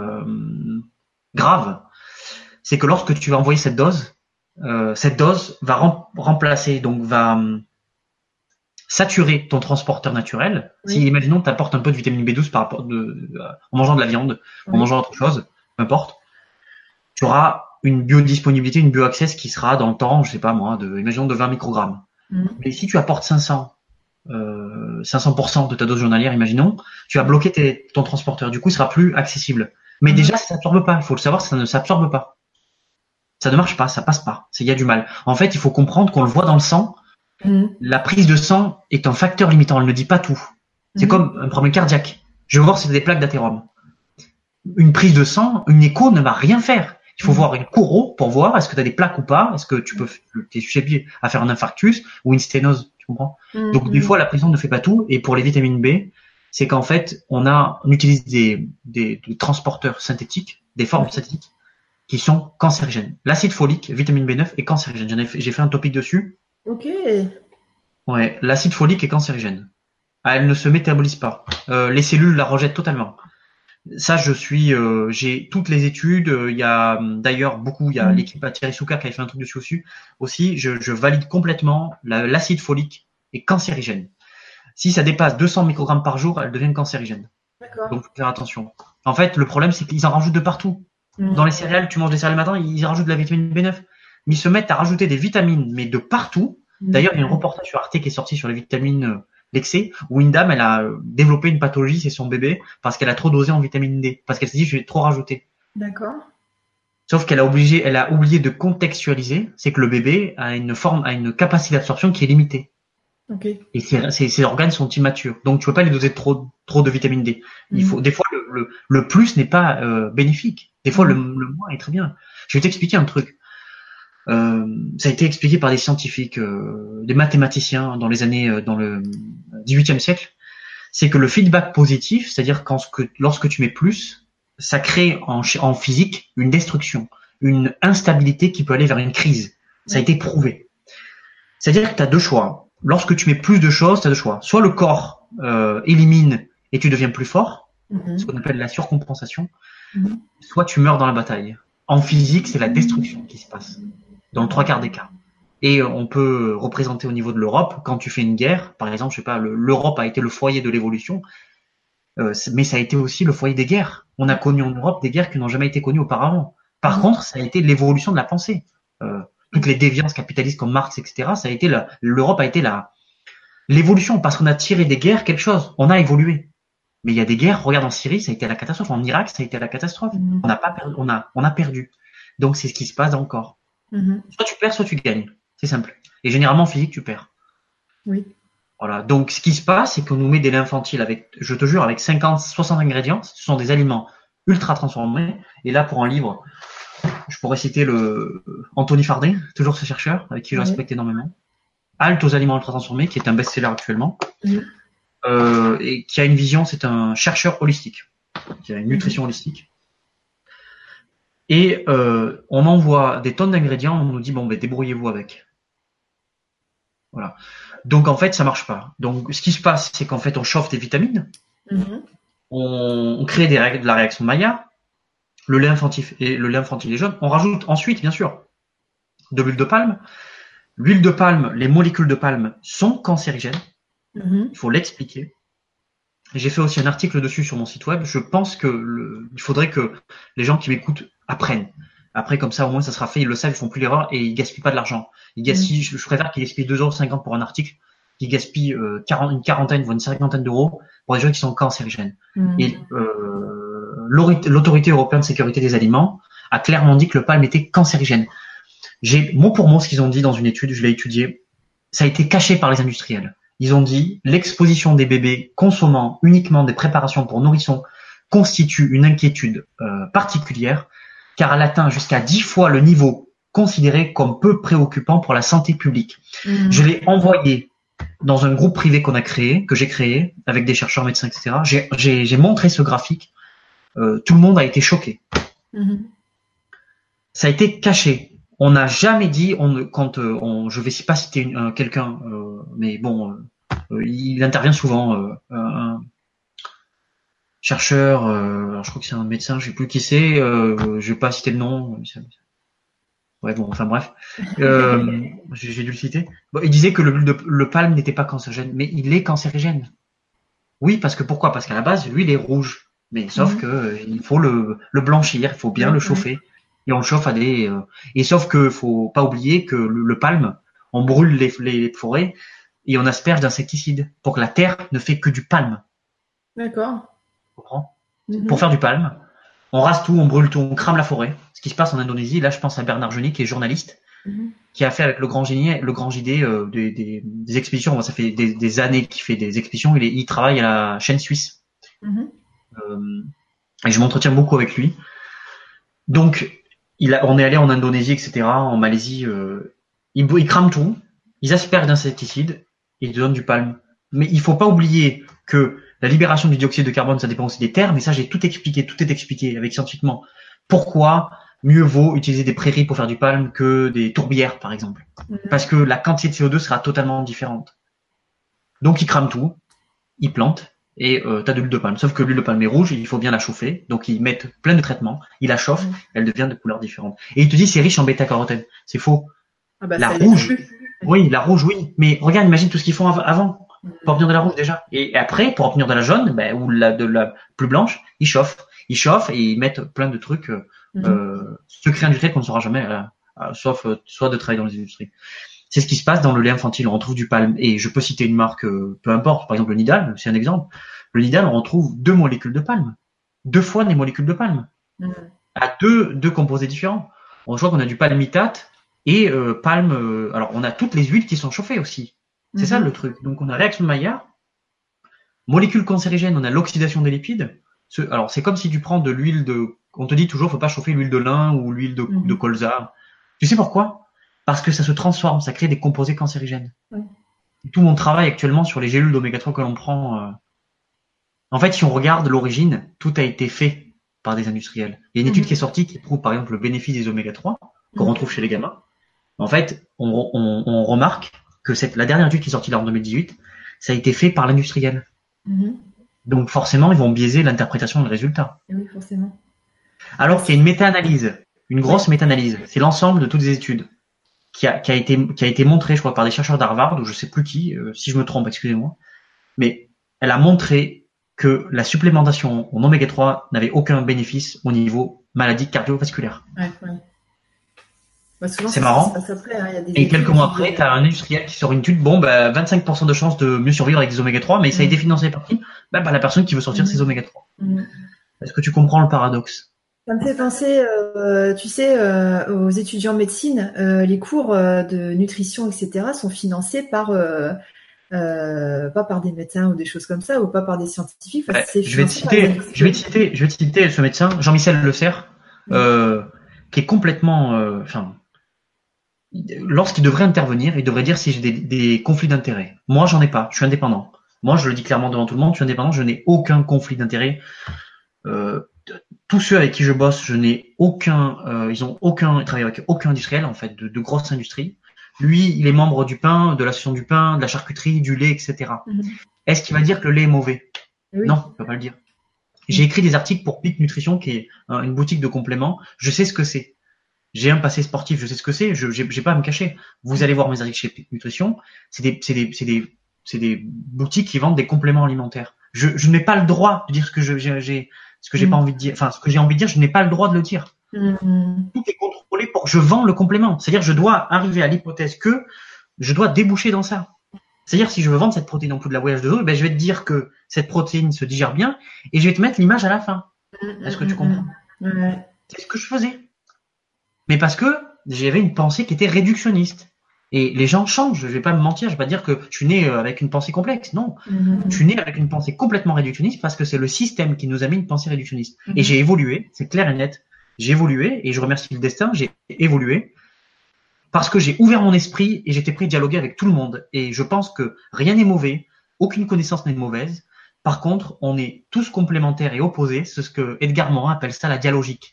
grave, c'est que lorsque tu vas envoyer cette dose va remplacer, donc va saturer ton transporteur naturel. Oui. Si, imaginons, tu apportes un peu de vitamine B12 par rapport en mangeant de la viande, en mangeant autre chose, peu importe, tu auras une biodisponibilité, une bioaccess qui sera dans le temps, je sais pas moi, imaginons de 20 microgrammes. Mais si tu apportes 500% de ta dose journalière, imaginons, tu vas bloquer ton transporteur. Du coup, il sera plus accessible. Mais déjà, ça s'absorbe pas. Il faut le savoir, ça ne s'absorbe pas. Ça ne marche pas, ça passe pas. Il y a du mal. En fait, il faut comprendre qu'on le voit dans le sang. La prise de sang est un facteur limitant. Elle ne dit pas tout. C'est comme un problème cardiaque. Je veux voir si tu as des plaques d'athérome. Une prise de sang, une écho ne va rien faire. Il faut voir une couro pour voir est-ce que tu as des plaques ou pas. Est-ce que t'es susceptible à faire un infarctus ou une sténose. Donc des fois la prise ne fait pas tout, et pour les vitamines B, c'est qu'en fait on utilise des transporteurs synthétiques, des formes synthétiques qui sont cancérigènes. L'acide folique, vitamine B9 est cancérigène. J'ai fait un topic dessus. Ok. Ouais, l'acide folique est cancérigène. Ah, elle ne se métabolise pas. Les cellules la rejettent totalement. Ça, j'ai toutes les études. Il y a d'ailleurs beaucoup. Il y a Mm. l'équipe à Thierry Souka qui a fait un truc dessus aussi. Je valide complètement l'acide folique est cancérigène. Si ça dépasse 200 microgrammes par jour, elle devient cancérigène. D'accord. Donc, faut faire attention. En fait, le problème, c'est qu'ils en rajoutent de partout. Dans Mm. les céréales, tu manges des céréales le matin, ils rajoutent de la vitamine B9. Mais ils se mettent à rajouter des vitamines, mais de partout. Mm. D'ailleurs, il y a un reportage sur Arte qui est sorti sur les vitamines l'excès, où une dame, elle a développé une pathologie, c'est son bébé, parce qu'elle a trop dosé en vitamine D. Parce qu'elle s'est dit, je vais trop rajouter. D'accord. Sauf elle a oublié de contextualiser, c'est que le bébé a une capacité d'absorption qui est limitée. Ok. Et ses organes sont immatures. Donc, tu peux pas lui doser trop de vitamine D. Mm. Des fois, le plus n'est pas bénéfique. Des fois, Mm. le moins est très bien. Je vais t'expliquer un truc. Ça a été expliqué par des scientifiques, des mathématiciens dans le 18e siècle. C'est que le feedback positif, c'est-à-dire lorsque tu mets plus, ça crée en physique une destruction, une instabilité qui peut aller vers une crise. Ça a Ouais. été prouvé. C'est-à-dire que tu as deux choix. Lorsque tu mets plus de choses, tu as deux choix. Soit le corps élimine et tu deviens plus fort, ce Mhm. qu'on appelle la surcompensation, Mhm. soit tu meurs dans la bataille. En physique, c'est la destruction qui se passe, dans le trois quarts des cas. Et on peut représenter au niveau de l'Europe, quand tu fais une guerre, par exemple, je sais pas, l'Europe a été le foyer de l'évolution, mais ça a été aussi le foyer des guerres. On a connu en Europe des guerres qui n'ont jamais été connues auparavant. Par Mhm. contre, ça a été l'évolution de la pensée. Toutes les déviances capitalistes comme Marx, etc., ça a été l'Europe a été l'évolution, parce qu'on a tiré des guerres quelque chose. On a évolué. Mais il y a des guerres, regarde en Syrie, ça a été la catastrophe. En Irak, ça a été la catastrophe. Mhm. On n'a pas perdu, on a perdu. Donc c'est ce qui se passe encore. Mhm. Soit tu perds, soit tu gagnes. C'est simple. Et généralement, en physique, tu perds. Oui. Voilà. Donc, ce qui se passe, c'est qu'on nous met des laits infantiles avec, je te jure, avec 50, 60 ingrédients. Ce sont des aliments ultra transformés. Et là, pour un livre, je pourrais citer Anthony Fardet, toujours ce chercheur, avec qui je Ouais. respecte énormément. Halte aux aliments ultra transformés, qui est un best-seller actuellement. Mhm. Et qui a une vision, c'est un chercheur holistique, qui a une Mhm. nutrition holistique. Et on envoie des tonnes d'ingrédients, on nous dit, bon, ben, débrouillez-vous avec. Voilà. Donc, en fait, ça marche pas. Donc, ce qui se passe, c'est qu'en fait, on chauffe des vitamines, Mhm. on crée des règles de la réaction de Maillard, le lait infantile est jaune. On rajoute ensuite, bien sûr, de l'huile de palme. L'huile de palme, les molécules de palme sont cancérigènes. Mhm. Il faut l'expliquer. J'ai fait aussi un article dessus sur mon site web. Je pense que il faudrait que les gens qui m'écoutent apprennent. Après, comme ça, au moins, ça sera fait. Ils le savent, ils font plus l'erreur et ils gaspillent pas de l'argent. Ils gaspillent, je préfère qu'ils gaspillent 2,50 € pour un article, qu'ils gaspillent une quarantaine, voire une cinquantaine d'euros pour des gens qui sont cancérigènes. Mhm. Et l'autorité européenne de sécurité des aliments a clairement dit que le palme était cancérigène. J'ai mot pour mot ce qu'ils ont dit dans une étude, je l'ai étudié. Ça a été caché par les industriels. Ils ont dit l'exposition des bébés consommant uniquement des préparations pour nourrissons constitue une inquiétude particulière car elle atteint jusqu'à 10 fois le niveau considéré comme peu préoccupant pour la santé publique. Je Mhm. l'ai envoyé dans un groupe privé que j'ai créé avec des chercheurs, médecins, etc. J'ai montré ce graphique. Tout le monde a été choqué. Mhm. Ça a été caché. On n'a jamais dit, je vais pas citer quelqu'un, mais bon, il intervient souvent, un chercheur, alors je crois que c'est un médecin, je sais plus qui c'est, je vais pas citer le nom. Ouais, bon, enfin bref, j'ai dû le citer. Bon, il disait que le palme n'était pas cancérigène, mais il est cancérigène. Oui, parce que pourquoi? Parce qu'à la base, l'huile est rouge. Mais sauf que Mhm. il faut le blanchir, il faut bien le Ouais, ouais. chauffer. Et on le chauffe et sauf que faut pas oublier que le palme, on brûle les forêts et on asperge d'insecticides pour que la terre ne fait que du palme. D'accord. Tu comprends? Pour Mhm. faire du palme, on rase tout, on brûle tout, on crame la forêt. Ce qui se passe en Indonésie, là je pense à Bernard Genie qui est journaliste, Mhm. qui a fait avec le grand JD des expéditions. Moi, ça fait des années qu'il fait des expéditions. Il travaille à la chaîne suisse. Mhm. Euh, et je m'entretiens beaucoup avec lui. Donc, on est allé en Indonésie, etc., en Malaisie. Ils crament tout, ils aspergent d'insecticides et ils donnent du palme. Mais il faut pas oublier que la libération du dioxyde de carbone, ça dépend aussi des terres. Mais ça, j'ai tout expliqué, tout est expliqué avec scientifiquement. Pourquoi mieux vaut utiliser des prairies pour faire du palme que des tourbières, par exemple. Parce Mhm. que la quantité de CO2 sera totalement différente. Donc ils crament tout, ils plantent et t'as de l'huile de palme. Sauf que l'huile de palme est rouge, il faut bien la chauffer. Donc ils mettent plein de traitements, ils la chauffent, elle devient de couleurs différentes. Et ils te disent c'est riche en bêta-carotène. C'est faux. Ah bah La ça l'est rouge, plus. oui, la rouge, oui. Mais regarde, imagine tout ce qu'ils font avant pour obtenir de la rouge déjà. Et après, pour obtenir de la jaune, ou de la plus blanche, ils chauffent. Ils chauffent et ils mettent plein de trucs secrets industriels qu'on ne saura jamais, sauf soit de travailler dans les industries. C'est ce qui se passe dans le lait infantile. On retrouve du palme. Et je peux citer une marque, peu importe, par exemple le Nidal, c'est un exemple. Le Nidal, on retrouve 2 molécules de palme. 2 fois les molécules de palme. À deux composés différents. On voit qu'on a du palmitate et palme. Alors on a toutes les huiles qui sont chauffées aussi. C'est ça le truc. Donc on a réaction de Maillard, molécules cancérigènes, on a l'oxydation des lipides. Alors c'est comme si tu prends de l'huile de. On te dit toujours, faut pas chauffer l'huile de lin ou l'huile de colza. Tu sais pourquoi? Parce que ça se transforme, ça crée des composés cancérigènes. Tout mon travail actuellement sur les gélules d'oméga 3 que l'on prend. En fait, si on regarde l'origine, tout a été fait par des industriels. Il y a une étude qui est sortie qui prouve par exemple le bénéfice des oméga 3 qu'on retrouve chez les gamins. En fait, on remarque que la dernière étude qui est sortie là en 2018, ça a été fait par l'industriel. Donc forcément, ils vont biaiser l'interprétation des résultats. Oui, forcément. Alors qu'il y a une méta-analyse, une grosse méta-analyse. C'est l'ensemble de toutes les études qui a été montrée, je crois, par des chercheurs d'Harvard ou je sais plus qui, si je me trompe, excusez-moi. Mais elle a montré que la supplémentation en oméga 3 n'avait aucun bénéfice au niveau maladie cardiovasculaire. Bah souvent, c'est marrant. Ça plaît, hein. Il y a des et quelques mois après, tu as un industriel qui sort une étude, 25% de chances de mieux survivre avec des oméga 3, mais ça a été financé par qui? Par la personne qui veut sortir ses oméga 3. Est-ce que tu comprends le paradoxe? Ça me fait penser, tu sais, aux étudiants en médecine, les cours de nutrition, etc., sont financés par pas par des médecins ou des choses comme ça, ou pas par des scientifiques. Je vais te citer ce médecin, Jean-Michel Le Serre, qui est complètement, lorsqu'il devrait intervenir, il devrait dire si j'ai des conflits d'intérêts. Moi, j'en ai pas. Je suis indépendant. Moi, je le dis clairement devant tout le monde. Je suis indépendant. Je n'ai aucun conflit d'intérêts. Tous ceux avec qui je bosse, je n'ai aucun. Ils travaillent avec aucun industriel en fait, de grosses industries. Lui, il est membre du pain, de l'association du pain, de la charcuterie, du lait, etc. Est-ce qu'il va dire que le lait est mauvais? Non, il va pas le dire. J'ai écrit des articles pour Peak Nutrition, qui est une boutique de compléments. Je sais ce que c'est. J'ai un passé sportif, je sais ce que c'est. J'ai pas à me cacher. Vous allez voir mes articles chez Peak Nutrition. C'est des boutiques qui vendent des compléments alimentaires. Je n'ai pas le droit de dire ce que j'ai pas envie de dire. Enfin, ce que j'ai envie de dire, je n'ai pas le droit de le dire. Tout est contrôlé pour que je vende le complément. C'est-à-dire, je dois arriver à l'hypothèse que je dois déboucher dans ça. C'est-à-dire, si je veux vendre cette protéine en plus de la voyage de dos, je vais te dire que cette protéine se digère bien et je vais te mettre l'image à la fin. Est-ce que tu comprends? C'est ce que je faisais. Mais parce que j'avais une pensée qui était réductionniste. Et les gens changent, je vais pas me mentir, je vais pas dire que je suis né avec une pensée complexe, non. Je suis né avec une pensée complètement réductionniste parce que c'est le système qui nous a mis une pensée réductionniste. Et j'ai évolué, c'est clair et net. J'ai évolué et je remercie le destin, j'ai évolué parce que j'ai ouvert mon esprit et j'étais prêt à dialoguer avec tout le monde. Et je pense que rien n'est mauvais, aucune connaissance n'est mauvaise. Par contre, on est tous complémentaires et opposés. C'est ce que Edgar Morin appelle ça la dialogique.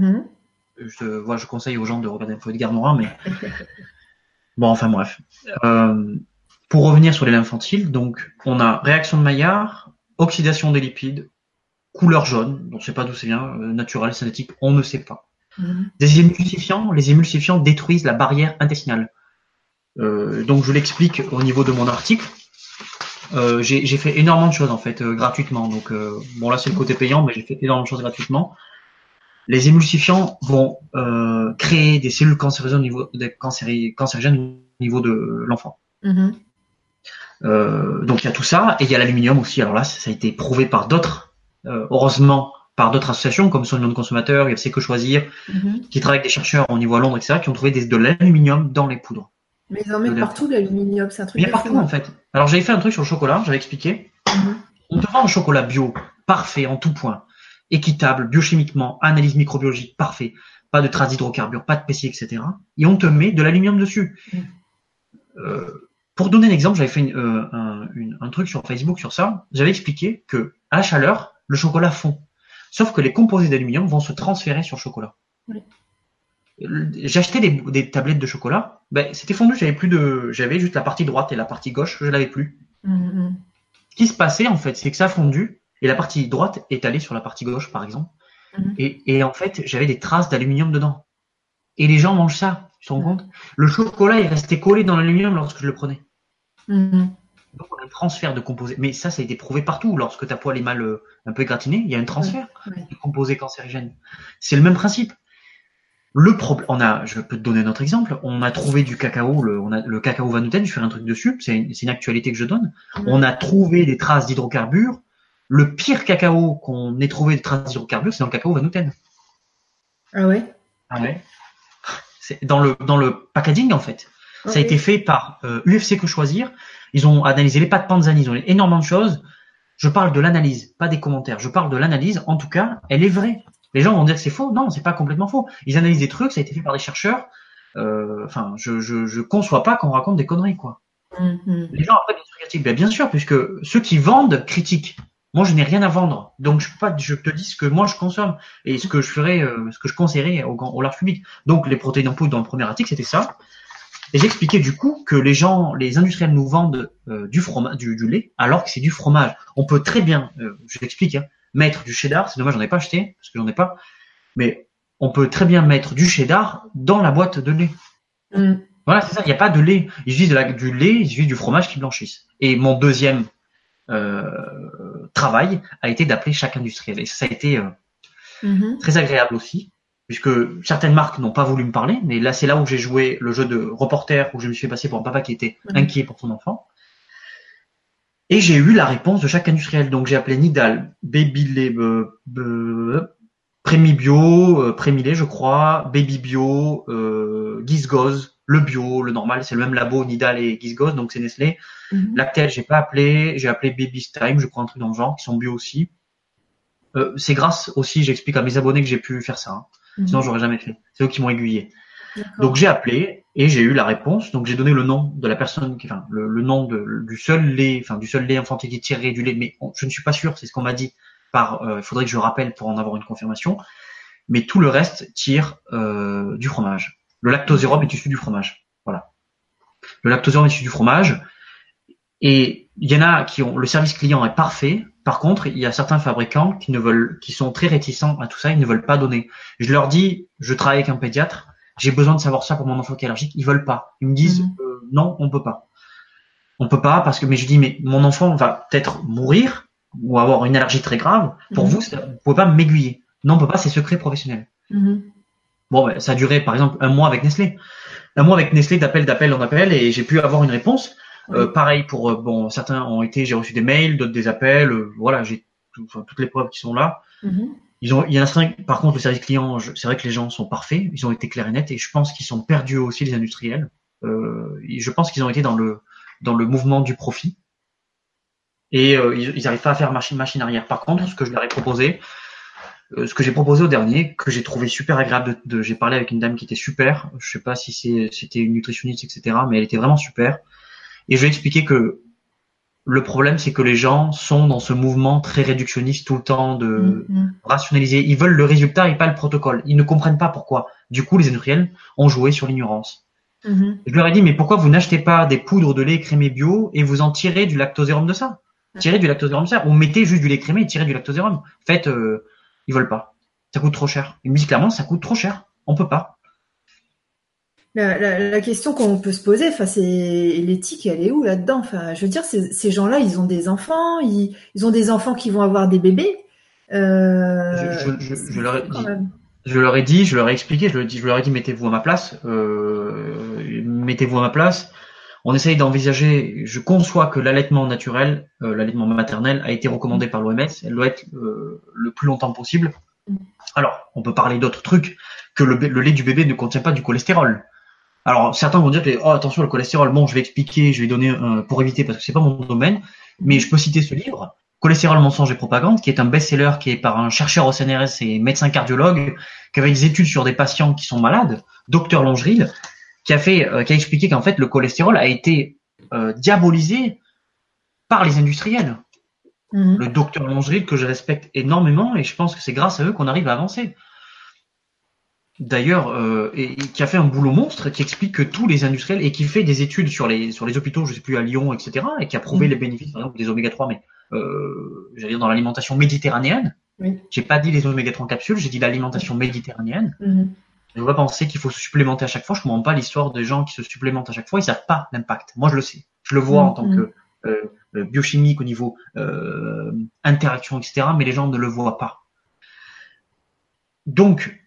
Je conseille aux gens de regarder un peu Edgar Morin, mais bon, enfin bref. Pour revenir sur les lait infantiles, donc on a réaction de Maillard, oxydation des lipides, couleur jaune, on ne sait pas d'où c'est vient, naturel, synthétique, on ne sait pas. Des émulsifiants, les émulsifiants détruisent la barrière intestinale. Donc je l'explique au niveau de mon article. J'ai fait énormément de choses en fait gratuitement. Donc bon là c'est le côté payant, mais j'ai fait énormément de choses gratuitement. Les émulsifiants vont créer des cellules cancérigènes au niveau de l'enfant. Donc il y a tout ça et il y a l'aluminium aussi. Alors là ça a été prouvé par d'autres, heureusement par d'autres associations comme Son Million de Consommateurs, il y a C'est que choisir, qui travaillent avec des chercheurs au niveau à Londres, etc., qui ont trouvé de l'aluminium dans les poudres. Mais ils en mettent partout de l'aluminium, c'est un truc. Il y a partout en fait. Alors j'avais fait un truc sur le chocolat, j'avais expliqué. On te vend un chocolat bio, parfait en tout point, équitable, biochimiquement, analyse microbiologique, parfait, pas de traces d'hydrocarbures, pas de PCI, etc. Et on te met de l'aluminium dessus. Pour donner un exemple, j'avais fait un truc sur Facebook sur ça. J'avais expliqué que à la chaleur, le chocolat fond. Sauf que les composés d'aluminium vont se transférer sur le chocolat. J'ai acheté des tablettes de chocolat. C'était fondu, j'avais juste la partie droite et la partie gauche, je l'avais plus. Mhm. Ce qui se passait, en fait, c'est que ça a fondu et la partie droite est allée sur la partie gauche, par exemple. Mhm. Et en fait, j'avais des traces d'aluminium dedans. Et les gens mangent ça, tu te rends compte? Le chocolat est resté collé dans l'aluminium lorsque je le prenais. Mhm. Donc, on a un transfert de composés. Mais ça a été prouvé partout. Lorsque ta poêle est mal un peu égratignée, il y a un Ouais. transfert Ouais. de composés cancérigènes. C'est le même principe. Le problème, je peux te donner un autre exemple. On a trouvé du cacao, le cacao Vanouten, je fais un truc dessus, c'est une actualité que je donne. On Mhm. a trouvé des traces d'hydrocarbures. Le pire cacao qu'on ait trouvé des traces d'hydrocarbures, c'est dans le cacao Vanouten. Ah ouais? Ah ouais. C'est dans le packaging, en fait. Ça a été Oui. fait par UFC Que Choisir. Ils ont analysé les pâtes Panzani, ils ont énormément de choses. Je parle de l'analyse, pas des commentaires. Je parle de l'analyse. En tout cas, elle est vraie. Les gens vont dire que c'est faux. Non, c'est pas complètement faux. Ils analysent des trucs, ça a été fait par des chercheurs. Enfin, je conçois pas qu'on raconte des conneries, quoi. Mhm. Les gens après des trucs critiquent. Ben, bien sûr, puisque ceux qui vendent critiquent. Moi, je n'ai rien à vendre. Donc, je te dis ce que moi je consomme et ce que je ferais, ce que je conseillerais au large public. Donc, les protéines en poudre dans le premier article, c'était ça. Et j'expliquais du coup que les industriels nous vendent du fromage, du lait, alors que c'est du fromage. On peut très bien, je l'explique, hein, mettre du cheddar. C'est dommage, j'en ai pas acheté parce que j'en ai pas. Mais on peut très bien mettre du cheddar dans la boîte de lait. Mhm. Voilà, c'est ça. Il n'y a pas de lait. Ils utilisent du lait, ils utilisent du fromage qui blanchissent. Et mon deuxième travail a été d'appeler chaque industriel. Et ça a été Mhm. très agréable aussi, puisque certaines marques n'ont pas voulu me parler, mais là c'est là où j'ai joué le jeu de reporter, où je me suis passé pour un papa qui était Ouais. inquiet pour son enfant. Et j'ai eu la réponse de chaque industriel. Donc j'ai appelé Nidal, Baby Prémi Bio, Prémilé je crois, Baby Bio, Gizgoz, le bio, le normal, c'est le même labo Nidal et Gizgoz, donc c'est Nestlé. Mhm. Lactel, j'ai pas appelé, j'ai appelé Baby's Time, je crois un truc dans le genre, qui sont bio aussi. C'est grâce aussi, j'explique à mes abonnés que j'ai pu faire ça. Hein. Sinon, Mhm. j'aurais jamais fait. C'est eux qui m'ont aiguillé. Donc, D'accord. j'ai appelé et j'ai eu la réponse. Donc, j'ai donné le nom de la personne, enfin, le nom du seul lait, enfin, du seul lait infantil qui tirerait du lait. Mais je ne suis pas sûr, c'est ce qu'on m'a dit. Il faudrait que je rappelle pour en avoir une confirmation. Mais tout le reste tire du fromage. Le lactosérum est issu du fromage. Voilà. Le lactosérum est issu du fromage. Et il y en a qui ont le service client est parfait. Par contre, il y a certains fabricants qui sont très réticents à tout ça, ils ne veulent pas donner. Je leur dis, je travaille avec un pédiatre, j'ai besoin de savoir ça pour mon enfant qui est allergique. Ils veulent pas. Ils me disent, Mhm. non, on peut pas. On peut pas parce que, mais je dis, mais mon enfant va peut-être mourir ou avoir une allergie très grave. Pour vous, Mhm. vous pouvez pas m'aiguiller. Non, on peut pas, c'est secret professionnel. Mhm. Bon, ben, ça a duré, par exemple, un mois avec Nestlé. Un mois avec Nestlé d'appel en appel et j'ai pu avoir une réponse. Oui. Pareil pour bon, certains ont été, j'ai reçu des mails, d'autres des appels. Voilà, j'ai toutes les preuves qui sont là. Mhm. Il y en a cinq. Par contre, le service client, c'est vrai que les gens sont parfaits. Ils ont été clairs et nets et je pense qu'ils sont perdus aussi les industriels. Je pense qu'ils ont été dans le mouvement du profit et ils n'arrivent pas à faire machine arrière. Par contre, Ouais. ce que je leur ai proposé, ce que j'ai proposé au dernier, que j'ai trouvé super agréable j'ai parlé avec une dame qui était super. Je sais pas si c'était une nutritionniste, etc. Mais elle était vraiment super. Et je lui ai expliqué que le problème, c'est que les gens sont dans ce mouvement très réductionniste tout le temps de Mhm. rationaliser. Ils veulent le résultat et pas le protocole. Ils ne comprennent pas pourquoi. Du coup, les industriels ont joué sur l'ignorance. Mhm. Je leur ai dit, mais pourquoi vous n'achetez pas des poudres de lait écrémé bio et vous en tirez du lactosérum de ça? Tirez du lactosérum de ça. Ou mettez juste du lait écrémé et tirez du lactosérum. Faites, ils veulent pas. Ça coûte trop cher. Ils me disent clairement, ça coûte trop cher. On peut pas. La question qu'on peut se poser, enfin, c'est l'éthique, elle est où là-dedans? Enfin, je veux dire, ces gens-là, ils ont des enfants, ils ont des enfants qui vont avoir des bébés. Je, je, je, je C'est leur fou ai quand dit, même. je leur ai expliqué, je leur ai dit, mettez-vous à ma place, mettez-vous à ma place. On essaye d'envisager, je conçois que l'allaitement naturel, l'allaitement maternel a été recommandé par l'OMS, elle doit être le plus longtemps possible. Alors, on peut parler d'autres trucs, que le lait du bébé ne contient pas du cholestérol. Alors, certains vont dire que, oh, attention, le cholestérol, bon, je vais expliquer, je vais donner, pour éviter, parce que c'est pas mon domaine, mais je peux citer ce livre, Cholestérol, mensonge et propagande, qui est un best-seller, qui est par un chercheur au CNRS et médecin cardiologue, qui avait des études sur des patients qui sont malades, docteur Longeril, qui a expliqué qu'en fait, le cholestérol a été diabolisé par les industriels. Le Mhm. docteur Longeril, que je respecte énormément, et je pense que c'est grâce à eux qu'on arrive à avancer. d'ailleurs, et qui a fait un boulot monstre, qui explique que tous les industriels et qui fait des études sur les hôpitaux, je sais plus à Lyon, etc., et qui a prouvé les bénéfices, par exemple des oméga 3, mais j'allais dire dans l'alimentation méditerranéenne. Oui. J'ai pas dit les oméga 3 en capsule, j'ai dit l'alimentation méditerranéenne. Mhm. Je ne veux pas penser qu'il faut se supplémenter à chaque fois. Je comprends pas l'histoire des gens qui se supplémentent à chaque fois. Ils savent pas l'impact. Moi, je le sais. Je le vois en tant que biochimique au niveau interaction, etc. Mais les gens ne le voient pas. Donc,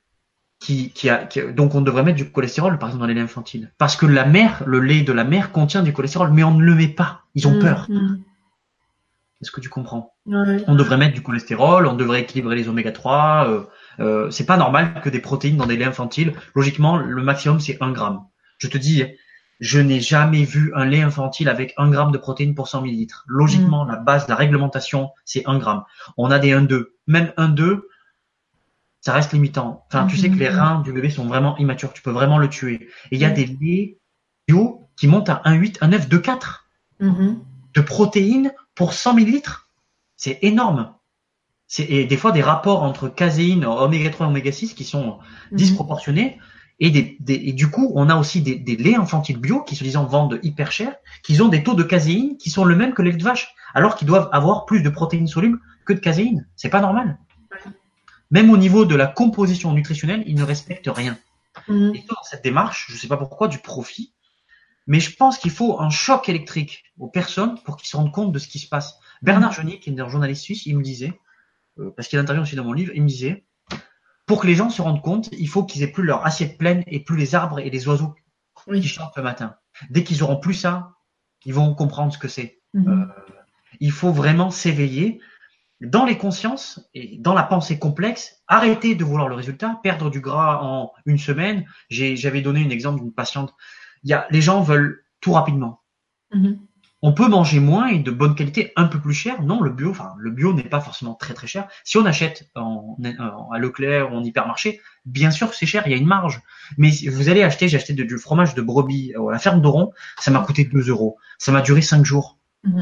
donc on devrait mettre du cholestérol, par exemple, dans les laits infantiles. Parce que la mère, le lait de la mère contient du cholestérol, mais on ne le met pas. Ils ont peur. Est-ce que tu comprends? Ouais. On devrait mettre du cholestérol, on devrait équilibrer les oméga 3. C'est pas normal que des protéines dans des laits infantiles. Logiquement, le maximum, c'est 1 gramme. Je te dis, je n'ai jamais vu un lait infantile avec 1 gramme de protéines pour 100 millilitres. Logiquement, la base, la réglementation, c'est 1 gramme. On a des 1,2. Même 1,2, ça reste limitant. Enfin, tu sais que les reins du bébé sont vraiment immatures. Tu peux vraiment le tuer. Et il y a des laits bio qui montent à 1,8, 1,9, 2,4 de protéines pour 100 millilitres. C'est énorme. Et des fois des rapports entre caséine, oméga 3 et oméga 6 qui sont disproportionnés. Et du coup, on a aussi des laits infantiles bio qui, se disant, vendent hyper cher, qui ont des taux de caséine qui sont le même que les laits de vache, alors qu'ils doivent avoir plus de protéines solubles que de caséine. C'est pas normal. Même au niveau de la composition nutritionnelle, ils ne respectent rien. Et dans cette démarche, je ne sais pas pourquoi, du profit, mais je pense qu'il faut un choc électrique aux personnes pour qu'ils se rendent compte de ce qui se passe. Bernard Genier, qui est un journaliste suisse, il me disait, parce qu'il intervient aussi dans mon livre, il me disait, pour que les gens se rendent compte, il faut qu'ils aient plus leur assiette pleine et plus les arbres et les oiseaux qui chantent le matin. Dès qu'ils auront plus ça, ils vont comprendre ce que c'est. Il faut vraiment s'éveiller dans les consciences et dans la pensée complexe, arrêter de vouloir le résultat, perdre du gras en une semaine. J'avais donné un exemple d'une patiente. Les gens veulent tout rapidement. On peut manger moins et de bonne qualité, un peu plus cher. Non, le bio n'est pas forcément très très cher. Si on achète à Leclerc ou en hypermarché, bien sûr que c'est cher, il y a une marge. Mais vous allez j'ai acheté du fromage de brebis à la ferme d'Oron, ça m'a coûté 2 euros. Ça m'a duré 5 jours.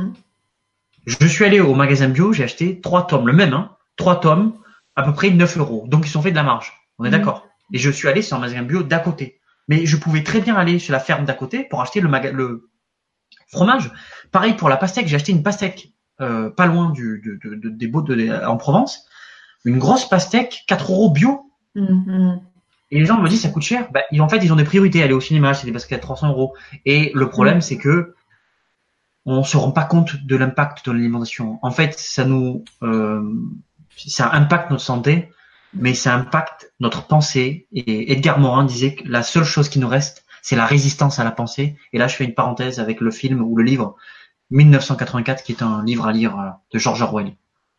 Je suis allé au magasin bio, j'ai acheté 3 tomes, le même, 3 tomes, à peu près 9 euros. Donc ils sont faits de la marge. On est d'accord. Et je suis allé sur un magasin bio d'à côté. Mais je pouvais très bien aller sur la ferme d'à côté pour acheter le fromage. Pareil pour la pastèque, j'ai acheté une pastèque pas loin des Baux en Provence, une grosse pastèque, 4 euros bio. Et les gens me disent ça coûte cher. En fait, ils ont des priorités. Aller au cinéma, c'est des pastèques à 300 euros. Et le problème, c'est que on se rend pas compte de l'impact de l'alimentation. En fait, ça impacte notre santé, mais ça impacte notre pensée. Et Edgar Morin disait que la seule chose qui nous reste, c'est la résistance à la pensée. Et là, je fais une parenthèse avec le film ou le livre 1984, qui est un livre à lire de George Orwell.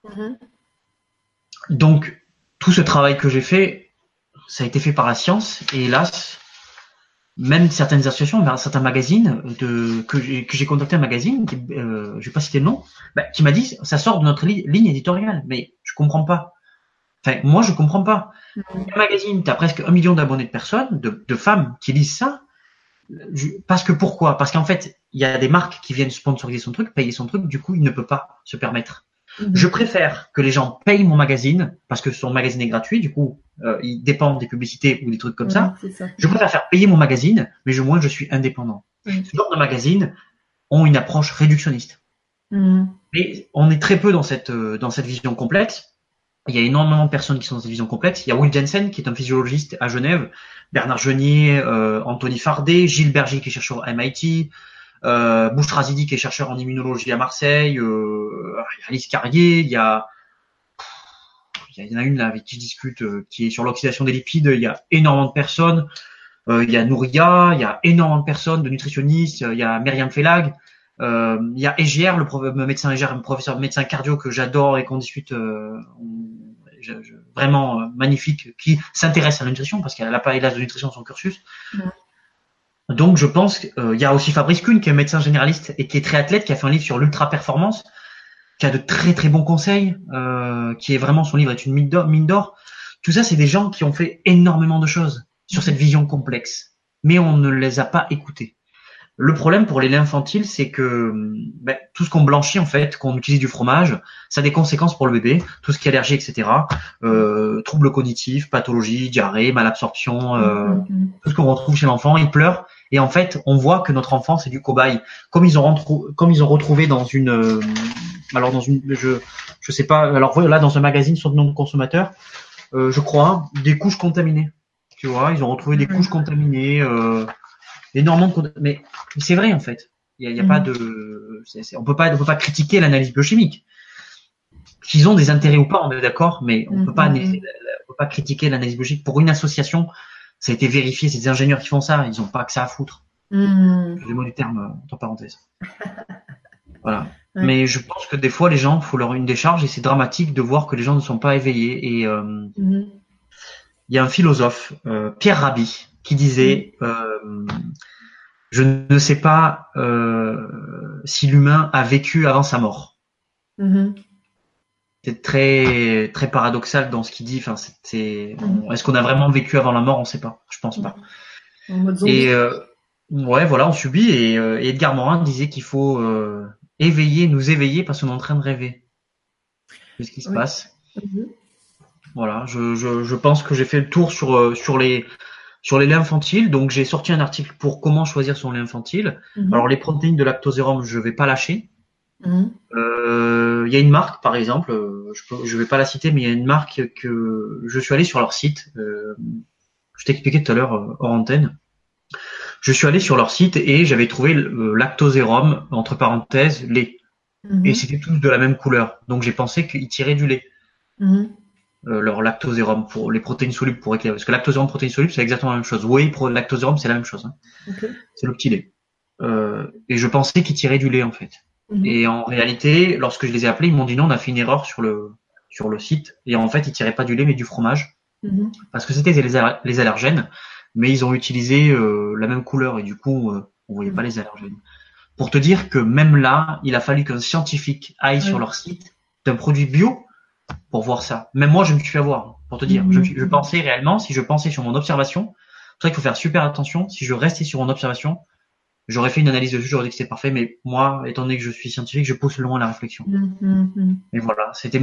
Donc, tout ce travail que j'ai fait, ça a été fait par la science. Et hélas, même certaines associations, certains magazines que j'ai contacté un magazine, je vais pas citer le nom, qui m'a dit ça sort de notre ligne éditoriale. Mais je comprends pas. Enfin, moi, je comprends pas. Un magazine, tu as presque 1 million d'abonnés de personnes, de femmes qui lisent ça. Pourquoi? Parce qu'en fait, il y a des marques qui viennent sponsoriser son truc, payer son truc, du coup, il ne peut pas se permettre. Je préfère que les gens payent mon magazine, parce que son magazine est gratuit, du coup, il dépend des publicités ou des trucs comme ça. Je préfère faire payer mon magazine, mais au moins je suis indépendant. Ce genre de magazines ont une approche réductionniste. Mais on est très peu dans cette vision complexe. Il y a énormément de personnes qui sont dans cette vision complexe. Il y a Will Jensen, qui est un physiologiste à Genève, Bernard Genier, Anthony Fardet, Gilles Berger, qui est chercheur à MIT, Bouche Razidi, qui est chercheur en immunologie à Marseille, Alice Carrier, il y en a une là avec qui je discute, qui est sur l'oxydation des lipides. Il y a énormément de personnes. Il y a Nouria, il y a énormément de personnes, de nutritionnistes. Il y a Myriam Felag. Il y a Egier, le médecin Egier, un professeur médecin cardio que j'adore et qu'on discute vraiment magnifique, qui s'intéresse à la nutrition parce qu'elle n'a pas hélas de nutrition dans son cursus. Donc je pense qu'il y a aussi Fabrice Kuhn qui est médecin généraliste et qui est très athlète, qui a fait un livre sur l'ultra performance, qui a de très très bons conseils, qui est vraiment, son livre est une mine d'or. Tout ça, c'est des gens qui ont fait énormément de choses sur cette vision complexe, mais on ne les a pas écoutés. Le problème pour les laits infantiles, c'est que tout ce qu'on blanchit en fait, qu'on utilise du fromage, ça a des conséquences pour le bébé, tout ce qui est allergie, etc. Troubles cognitifs, pathologies, diarrhée, malabsorption, tout ce qu'on retrouve chez l'enfant, il pleure. Et en fait, on voit que notre enfant c'est du cobaye. Comme ils ont retrouvé dans une, je sais pas, alors voilà, dans un magazine sur le nom de consommateur, je crois, des couches contaminées. Tu vois, ils ont retrouvé des couches contaminées. Énormément mais c'est vrai en fait. Il y a pas de, on peut pas critiquer l'analyse biochimique. S'ils ont des intérêts ou pas, on est d'accord, mais on peut pas critiquer l'analyse biochimique. Pour une association, ça a été vérifié, c'est des ingénieurs qui font ça, ils ont pas que ça à foutre. Excusez-moi du terme, entre parenthèses. Voilà. Ouais. Mais je pense que des fois, les gens, faut leur une décharge et c'est dramatique de voir que les gens ne sont pas éveillés. Et il y a un philosophe, Pierre Rabhi, qui disait je ne sais pas si l'humain a vécu avant sa mort. C'est très très paradoxal dans ce qu'il dit. Enfin, est-ce qu'on a vraiment vécu avant la mort? On ne sait pas. Je pense pas. En mode zombie. Et ouais, voilà, on subit. Et Edgar Morin disait qu'il faut nous éveiller parce qu'on est en train de rêver. Qu'est-ce qui se passe? Voilà, je pense que j'ai fait le tour sur les laits infantiles. Donc j'ai sorti un article pour comment choisir son lait infantile. Alors les protéines de lactosérum, je vais pas lâcher. Il y a une marque par exemple, je vais pas la citer, mais il y a une marque que je suis allé sur leur site. Je t'expliquais tout à l'heure hors antenne. Je suis allé sur leur site et j'avais trouvé lactosérum entre parenthèses lait. Et c'était tous de la même couleur. Donc j'ai pensé qu'ils tiraient du lait. Leur lactosérum pour les protéines solubles pour éclairer. Parce que lactosérum, protéines solubles, c'est exactement la même chose. Whey, lactosérum, c'est la même chose. Hein. C'est le petit lait. Et je pensais qu'ils tiraient du lait, en fait. Et en réalité, lorsque je les ai appelés, ils m'ont dit non, on a fait une erreur sur le site. Et en fait, ils tiraient pas du lait, mais du fromage. Parce que c'était les allergènes. Mais ils ont utilisé la même couleur. Et du coup, on voyait pas les allergènes. Pour te dire que même là, il a fallu qu'un scientifique aille sur leur site d'un produit bio pour voir ça. Même moi, je me suis fait avoir, pour te dire. Je pensais réellement, si je pensais sur mon observation, c'est vrai qu'il faut faire super attention. Si je restais sur mon observation, j'aurais fait une analyse dessus, j'aurais dit que c'était parfait. Mais moi, étant donné que je suis scientifique, je pousse loin la réflexion. Et voilà, c'était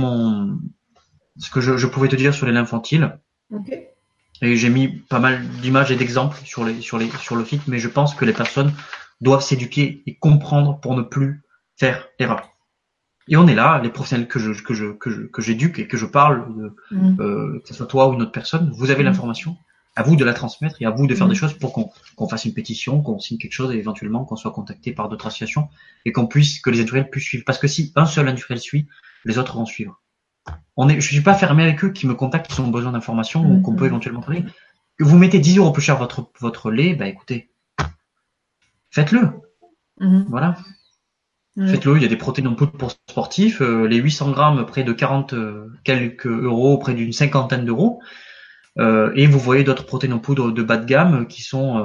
ce que je pouvais te dire sur les laits infantiles. Et j'ai mis pas mal d'images et d'exemples sur le site, mais je pense que les personnes doivent s'éduquer et comprendre pour ne plus faire l'erreur. Et on est là, les professionnels que j'éduque et que je parle, que ce soit toi ou une autre personne, vous avez l'information, à vous de la transmettre et à vous de faire des choses pour qu'on fasse une pétition, qu'on signe quelque chose et éventuellement qu'on soit contacté par d'autres associations et que les industriels puissent suivre. Parce que si un seul industriel suit, les autres vont suivre. Je suis pas fermé avec eux qui me contactent, qui ont besoin d'informations ou qu'on peut éventuellement travailler. Que vous mettez 10 € plus cher votre lait, bah écoutez, faites-le. Voilà. Faites-le, il y a des protéines en poudre pour sportifs, les 800 grammes près de 40 quelques euros, près d'une cinquantaine d'euros, et vous voyez d'autres protéines en poudre de bas de gamme qui sont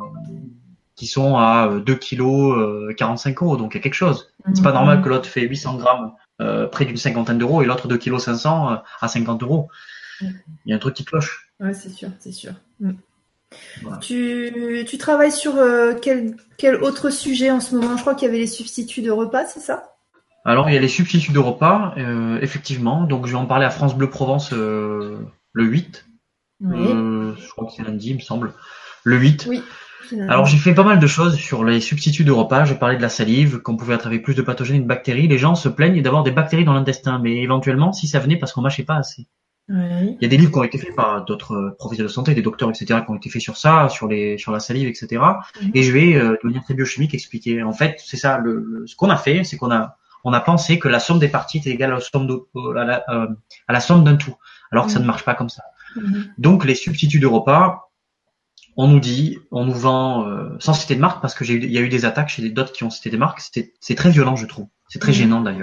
à 2 kg 45 €, donc il y a quelque chose. C'est pas normal que l'autre fait 800 grammes près d'une cinquantaine d'euros et l'autre 2 kg 500 à 50 €. Il y a un truc qui cloche. Ouais, c'est sûr. Voilà. Tu travailles sur quel autre sujet en ce moment? Je crois qu'il y avait les substituts de repas, c'est ça? Alors, il y a les substituts de repas, effectivement. Donc, je vais en parler à France Bleu Provence le 8. Je crois que c'est lundi, il me semble. Le 8. Oui. Alors, j'ai fait pas mal de choses sur les substituts de repas. J'ai parlé de la salive, qu'on pouvait attraper plus de pathogènes et de bactéries. Les gens se plaignent d'avoir des bactéries dans l'intestin, mais éventuellement, si ça venait parce qu'on mâchait pas assez. Il y a des livres qui ont été faits par d'autres professionnels de santé, des docteurs, etc., qui ont été faits sur ça, sur la salive, etc. Et je vais, de manière très biochimique, expliquer. En fait, c'est ça, ce qu'on a fait, c'est qu'on a pensé que la somme des parties était égale à la somme d'un tout. Alors que ça ne marche pas comme ça. Donc, les substituts de repas, on nous vend, sans citer de marque, parce que il y a eu des attaques chez d'autres qui ont cité des marques. C'est très violent, je trouve. C'est très gênant, d'ailleurs.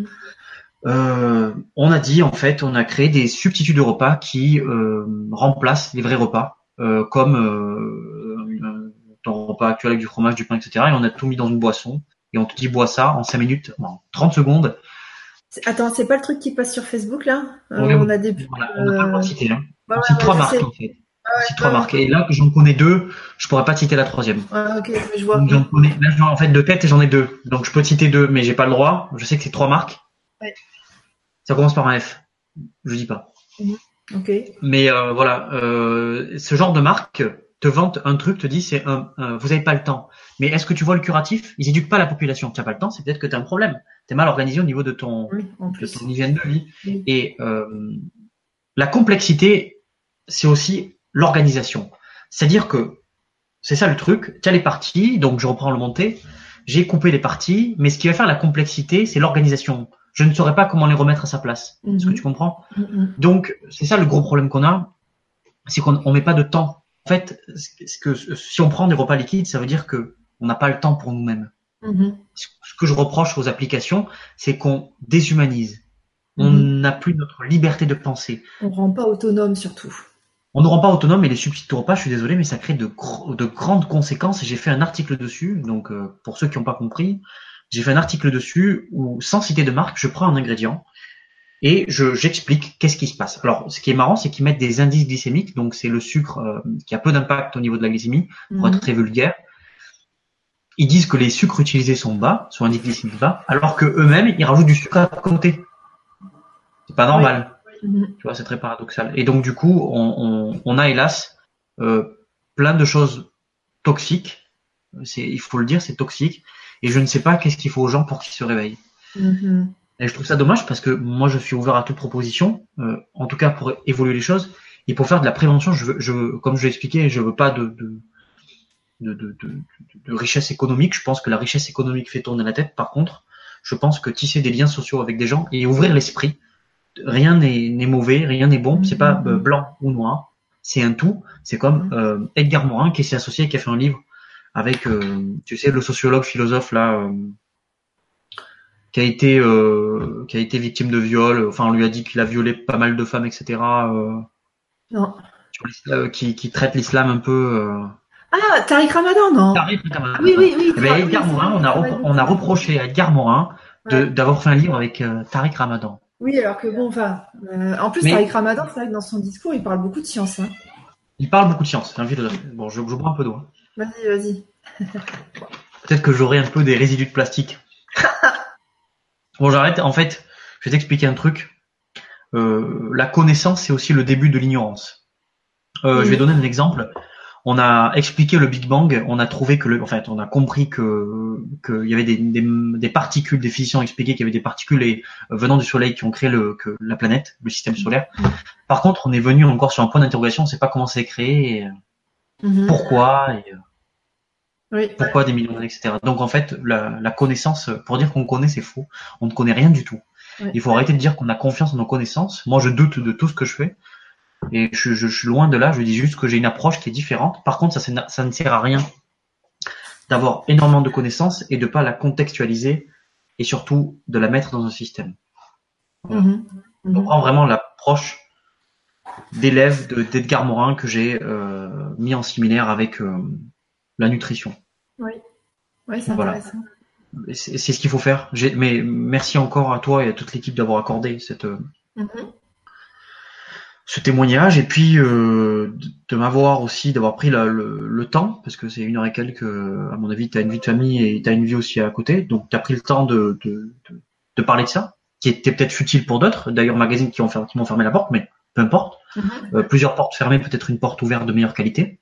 On a créé des substituts de repas qui remplacent les vrais repas, comme ton repas actuel avec du fromage, du pain, etc. Et on a tout mis dans une boisson et on te dit bois ça en 5 minutes, en 30 secondes. Attends, c'est pas le truc qui passe sur Facebook là? On a des. Voilà, on n'a pas le droit de citer. On cite 3 marques en fait. cite trois marques. Et là, que j'en connais deux, je pourrais pas te citer la troisième. Ah, ok, je vois. Donc, j'en connais, là, en fait, de tête, j'en ai deux. Donc, je peux te citer deux, mais j'ai pas le droit. Je sais que c'est trois marques. Ouais. Ça commence par un F. Je dis pas. Ok. Mais voilà, ce genre de marque te vante un truc, te dit c'est vous avez pas le temps. Mais est-ce que tu vois le curatif? Ils éduquent pas la population. Tu n'as pas le temps, c'est peut-être que tu as un problème. Tu es mal organisé au niveau de ton hygiène de vie. Oui. Et la complexité, c'est aussi l'organisation. C'est-à-dire que c'est ça le truc. Tu as les parties, donc je reprends le monté. J'ai coupé les parties, mais ce qui va faire la complexité, c'est l'organisation. Je ne saurais pas comment les remettre à sa place. Est-ce que tu comprends? Donc, c'est ça le gros problème qu'on a, c'est qu'on met pas de temps. En fait, si on prend des repas liquides, ça veut dire que on n'a pas le temps pour nous-mêmes. Ce que je reproche aux applications, c'est qu'on déshumanise. On n'a plus notre liberté de penser. On rend pas autonome surtout. On ne rend pas autonome et les substituts de repas, je suis désolé, mais ça crée de grandes conséquences. Et j'ai fait un article dessus, donc pour ceux qui n'ont pas compris, j'ai fait un article dessus où, sans citer de marque, je prends un ingrédient et j'explique qu'est-ce qui se passe. Alors, ce qui est marrant, c'est qu'ils mettent des indices glycémiques, donc c'est le sucre qui a peu d'impact au niveau de la glycémie, pour être très vulgaire. Ils disent que les sucres utilisés sont bas, sont indice glycémique bas, alors que eux-mêmes, ils rajoutent du sucre à côté. C'est pas normal. Tu vois, c'est très paradoxal. Et donc, du coup, on a hélas plein de choses toxiques. Il faut le dire, c'est toxique. Et je ne sais pas qu'est-ce qu'il faut aux gens pour qu'ils se réveillent. Et je trouve ça dommage parce que moi, je suis ouvert à toute proposition, en tout cas pour évoluer les choses et pour faire de la prévention. Comme je l'ai expliqué, je veux pas de richesse économique. Je pense que la richesse économique fait tourner la tête. Par contre, je pense que tisser des liens sociaux avec des gens et ouvrir l'esprit, rien n'est mauvais, rien n'est bon. C'est pas blanc ou noir. C'est un tout. C'est comme Edgar Morin qui s'est associé, qui a fait un livre avec, tu sais, le sociologue philosophe là. Qui a été victime de viol. Enfin, on lui a dit qu'il a violé pas mal de femmes, etc. Non. Qui traite l'islam un peu. Ah, Tariq Ramadan, non? Tariq Ramadan. Ah, oui. Eh ben, Edgar Morin, on a reproché à Edgar Morin d'avoir fait un livre avec Tariq Ramadan. Oui, alors que bon, enfin, en plus, Tariq Ramadan, c'est vrai que dans son discours, il parle beaucoup de science. Hein. Il parle beaucoup de science, c'est un philosophe. Bon, je bois un peu d'eau. Vas-y. Peut-être que j'aurai un peu des résidus de plastique. Bon, j'arrête. En fait, je vais t'expliquer un truc. La connaissance, c'est aussi le début de l'ignorance. Je vais donner un exemple. On a expliqué le Big Bang. On a trouvé on a compris qu'il y avait des particules. Des physiciens ont expliqué qu'il y avait des particules venant du Soleil qui ont créé la planète, le système solaire. Par contre, on est venu encore sur un point d'interrogation. On ne sait pas comment c'est créé, pourquoi. Pourquoi des millions d'années, etc. Donc en fait, la connaissance, pour dire qu'on connaît, c'est faux. On ne connaît rien du tout. Il faut arrêter de dire qu'on a confiance en nos connaissances. Moi, je doute de tout ce que je fais. Et je suis loin de là. Je dis juste que j'ai une approche qui est différente. Par contre, ça ne sert à rien d'avoir énormément de connaissances et de pas la contextualiser et surtout de la mettre dans un système. Voilà. On prend vraiment l'approche d'élève d'Edgar Morin que j'ai mis en similaire avec la nutrition. Oui, c'est intéressant. C'est ce qu'il faut faire. Mais merci encore à toi et à toute l'équipe d'avoir accordé ce témoignage et puis de m'avoir aussi, d'avoir pris le temps, parce que c'est 1 heure et quelques, à mon avis, tu as une vie de famille et tu as une vie aussi à côté, donc tu as pris le temps de parler de ça, qui était peut-être futile pour d'autres, d'ailleurs magazines qui m'ont fermé la porte, mais peu importe. Plusieurs portes fermées, peut-être une porte ouverte de meilleure qualité.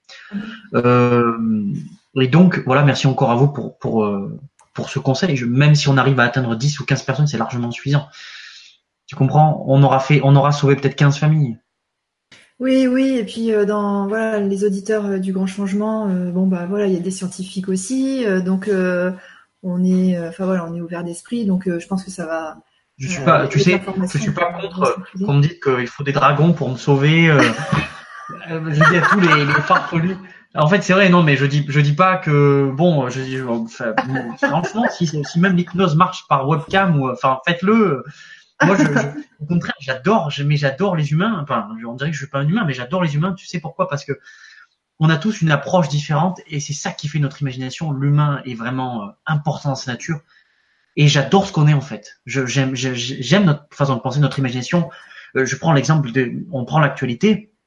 Et donc, voilà, merci encore à vous pour ce conseil. Même si on arrive à atteindre 10 ou 15 personnes, c'est largement suffisant. Tu comprends? On aura sauvé peut-être 15 familles. Oui, et puis dans les auditeurs du Grand Changement, il y a des scientifiques aussi, donc on est ouvert d'esprit, donc je pense que ça va. Je suis pas contre qu'on me dise qu'il faut des dragons pour me sauver. Je dis à tous les farfelus. En fait, c'est vrai, non, mais je dis pas que franchement, si même l'hypnose marche par webcam faites-le. Moi, au contraire, j'adore les humains. Enfin, on dirait que je suis pas un humain, mais j'adore les humains. Tu sais pourquoi? Parce que on a tous une approche différente et c'est ça qui fait notre imagination. L'humain est vraiment important dans sa nature. Et j'adore ce qu'on est en fait. J'aime notre façon de penser, notre imagination. Je prends l'exemple on prend l'actualité.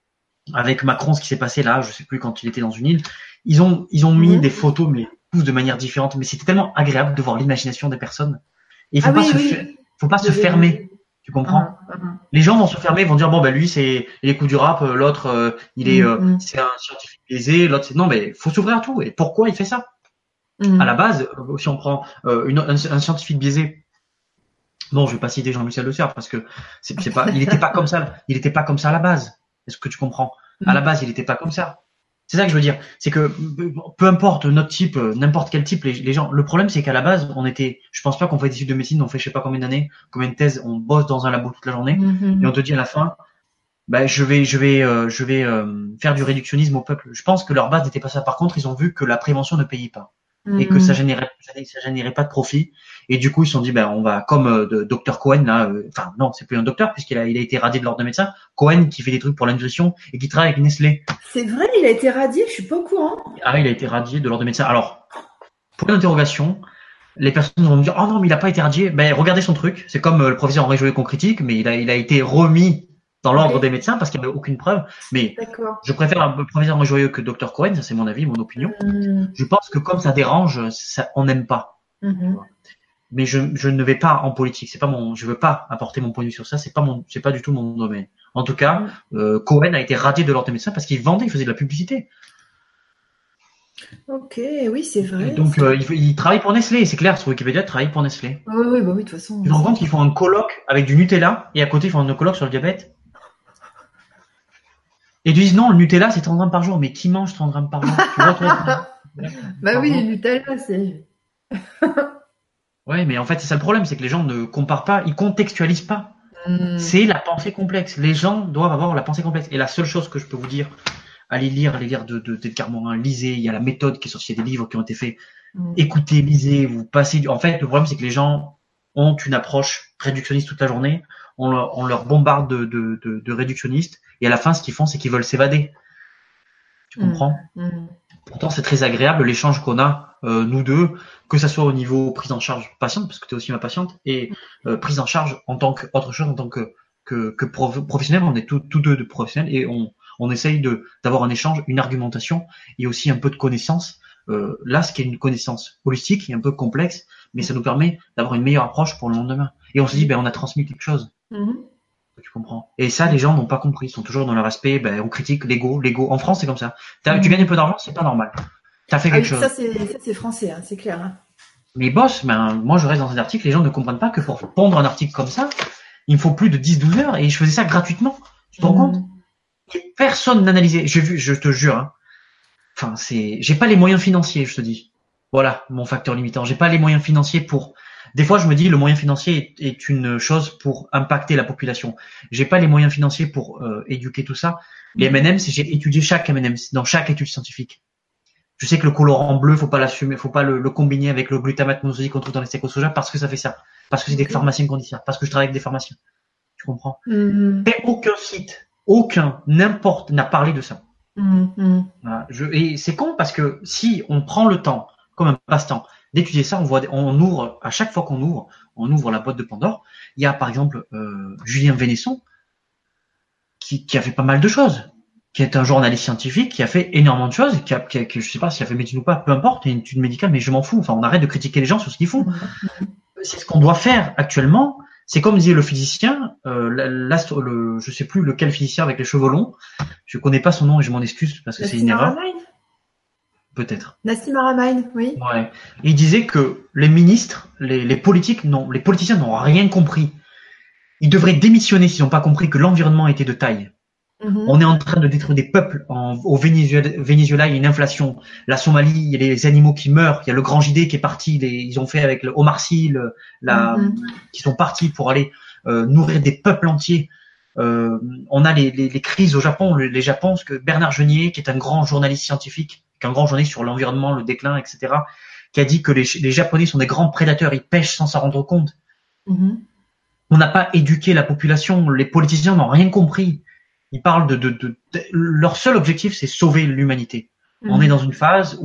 avec Macron, ce qui s'est passé là, je sais plus quand il était dans une île, ils ont mis des photos, mais tous de manière différente. Mais c'était tellement agréable de voir l'imagination des personnes. Et il faut pas faut pas se fermer. Tu comprends? Les gens vont se fermer, vont dire bon ben lui c'est il écoute du rap, l'autre c'est un scientifique biaisé, l'autre c'est non mais faut s'ouvrir à tout. Et pourquoi il fait ça? À la base, si on prend un scientifique biaisé, bon je vais pas citer Jean-Michel Desserre parce que c'est pas il était pas comme ça à la base. Est-ce que tu comprends? À la base il était pas comme ça. C'est ça que je veux dire, c'est que peu importe notre type, n'importe quel type, les gens. Le problème, c'est qu'à la base, je pense pas qu'on fait des études de médecine, on fait je sais pas combien d'années, combien de thèses, on bosse dans un labo toute la journée, et on te dit à la fin, bah je vais faire du réductionnisme au peuple. Je pense que leur base n'était pas ça. Par contre, ils ont vu que la prévention ne payait pas et que ça générait pas de profit. Et du coup, ils se sont dit, ben on va comme Dr Cohen là, enfin non, c'est plus un docteur puisqu'il a été radié de l'ordre des médecins. Cohen qui fait des trucs pour la nutrition et qui travaille avec Nestlé. C'est vrai, il a été radié, je suis pas au courant. Ah, il a été radié de l'ordre des médecins. Alors, pour une interrogation, les personnes vont me dire, oh non, mais il a pas été radié. Ben regardez son truc. C'est comme le professeur Henri Joyeux qu'on critique, mais il a été remis dans l'ordre des médecins parce qu'il n'y avait aucune preuve. Mais je préfère le professeur Henri Joyeux que Dr Cohen, ça c'est mon avis, mon opinion. Je pense que comme ça dérange, on n'aime pas. Mais je ne vais pas en politique. Je veux pas apporter mon point de vue sur ça. C'est pas du tout mon domaine. En tout cas, Cohen a été radié de l'ordre des médecins parce qu'il faisait de la publicité. Ok, oui, c'est vrai. Et donc, il travaille pour Nestlé. C'est clair, sur Wikipédia, il travaille pour Nestlé. Oui, bah oui, de toute façon. Tu te rends compte qu'ils font un colloque avec du Nutella et à côté, ils font un colloque sur le diabète. Et ils disent non, le Nutella, c'est 30 grammes par jour. Mais qui mange 30 grammes par jour? Tu vois, toi, bah oui, le Nutella, c'est... Ouais, mais en fait, c'est ça le problème, c'est que les gens ne comparent pas, ils contextualisent pas. C'est la pensée complexe. Les gens doivent avoir la pensée complexe. Et la seule chose que je peux vous dire, allez lire les livres d'Edgar Morin, lisez, il y a la méthode qui est sortie, il y a des livres qui ont été faits. Écoutez, lisez, vous passez. En fait, le problème, c'est que les gens ont une approche réductionniste toute la journée. On leur bombarde de réductionnistes. Et à la fin, ce qu'ils font, c'est qu'ils veulent s'évader. Tu comprends? Pourtant, c'est très agréable l'échange qu'on a, nous deux, que ça soit au niveau prise en charge patiente, parce que tu es aussi ma patiente, et prise en charge en tant qu'autre chose, en tant que professionnel. On est tous deux de professionnels et on essaye d'avoir un échange, une argumentation et aussi un peu de connaissance. Là, ce qui est une connaissance holistique et un peu complexe, mais ça nous permet d'avoir une meilleure approche pour le lendemain. Et on se dit, ben, on a transmis quelque chose. Tu comprends? Et ça, les gens n'ont pas compris. Ils sont toujours dans leur aspect, ben, on critique l'ego. En France, c'est comme ça. Tu gagnes un peu d'argent, c'est pas normal. T'as fait quelque chose. Ça, c'est français, hein, c'est clair. Hein. Mais boss, ben, moi, je reste dans un article, les gens ne comprennent pas que pour pondre un article comme ça, il me faut plus de 10-12 heures et je faisais ça gratuitement. Tu te rends compte? Personne n'analysait. Je te jure, hein. Enfin, j'ai pas les moyens financiers, je te dis. Voilà, mon facteur limitant. J'ai pas les moyens financiers pour. Des fois, je me dis, le moyen financier est une chose pour impacter la population. J'ai pas les moyens financiers pour éduquer tout ça. Les M&M's, j'ai étudié chaque M&M's dans chaque étude scientifique. Je sais que le colorant bleu, faut pas l'assumer, faut pas le combiner avec le glutamate monosodique qu'on trouve dans les steaks au soja parce que ça fait ça. Parce que c'est des pharmaciens qui ont dit ça. Parce que je travaille avec des pharmaciens. Tu comprends? Mais aucun site, n'importe, n'a parlé de ça. Voilà. Et c'est con parce que si on prend le temps, comme un passe-temps, d'étudier ça, on ouvre, à chaque fois qu'on ouvre la boîte de Pandore. Il y a par exemple Julien Vénesson qui a fait pas mal de choses, qui est un journaliste scientifique, qui a fait énormément de choses, qui je sais pas s'il a fait médecine ou pas, peu importe, il y a une étude médicale, mais je m'en fous. Enfin, on arrête de critiquer les gens sur ce qu'ils font. C'est ce qu'on doit faire actuellement. C'est comme disait le physicien, je sais plus lequel physicien avec les cheveux longs. Je connais pas son nom et je m'en excuse parce que c'est une erreur. Peut-être. Nassim Haramein, oui. Ouais. Et il disait que les ministres, les politiciens n'ont rien compris. Ils devraient démissionner s'ils n'ont pas compris que l'environnement était de taille. On est en train de détruire des peuples. Au Venezuela, il y a une inflation. La Somalie, il y a les animaux qui meurent. Il y a le grand JD qui est parti. Ils ont fait avec le Omar Sy, qui sont partis pour aller nourrir des peuples entiers. On a les crises au Japon. Les Japon, ce que Bernard Genier, qui est un grand journaliste scientifique, qui est un grand journaliste sur l'environnement, le déclin, etc., qui a dit que les Japonais sont des grands prédateurs. Ils pêchent sans s'en rendre compte. On n'a pas éduqué la population. Les politiciens n'ont rien compris. Ils parlent leur seul objectif, c'est sauver l'humanité. On est dans une phase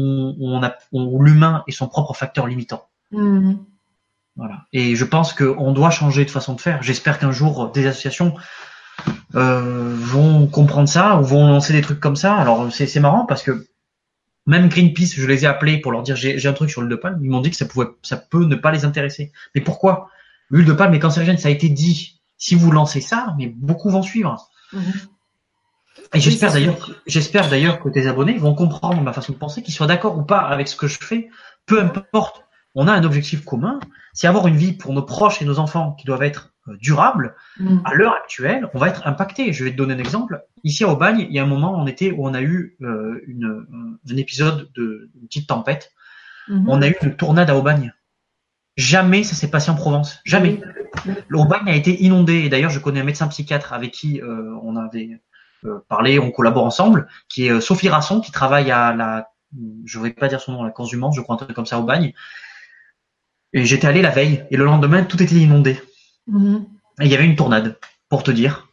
où l'humain est son propre facteur limitant. Voilà. Et je pense qu'on doit changer de façon de faire. J'espère qu'un jour, des associations vont comprendre ça ou vont lancer des trucs comme ça. Alors c'est marrant parce que même Greenpeace, je les ai appelés pour leur dire j'ai un truc sur l'huile de palme. Ils m'ont dit que ça peut ne pas les intéresser. Mais pourquoi? L'huile de palme est cancérigène, ça a été dit. Si vous lancez ça, mais beaucoup vont suivre. Et j'espère d'ailleurs que tes abonnés vont comprendre ma façon de penser, qu'ils soient d'accord ou pas avec ce que je fais, peu importe. On a un objectif commun, c'est avoir une vie pour nos proches et nos enfants qui doivent être durables. À l'heure actuelle, on va être impacté. Je vais te donner un exemple. Ici à Aubagne, il y a un moment en été où on a eu un épisode une petite tempête. On a eu une tornade à Aubagne. Jamais ça s'est passé en Provence. Jamais. L'Aubagne a été inondée. Et d'ailleurs, je connais un médecin psychiatre avec qui on avait parlé, on collabore ensemble, qui est Sophie Rasson, qui travaille à je ne vais pas dire son nom, la Conshumance, je crois un truc comme ça, Aubagne. Et j'étais allé la veille, et le lendemain, tout était inondé. Et il y avait une tornade, pour te dire.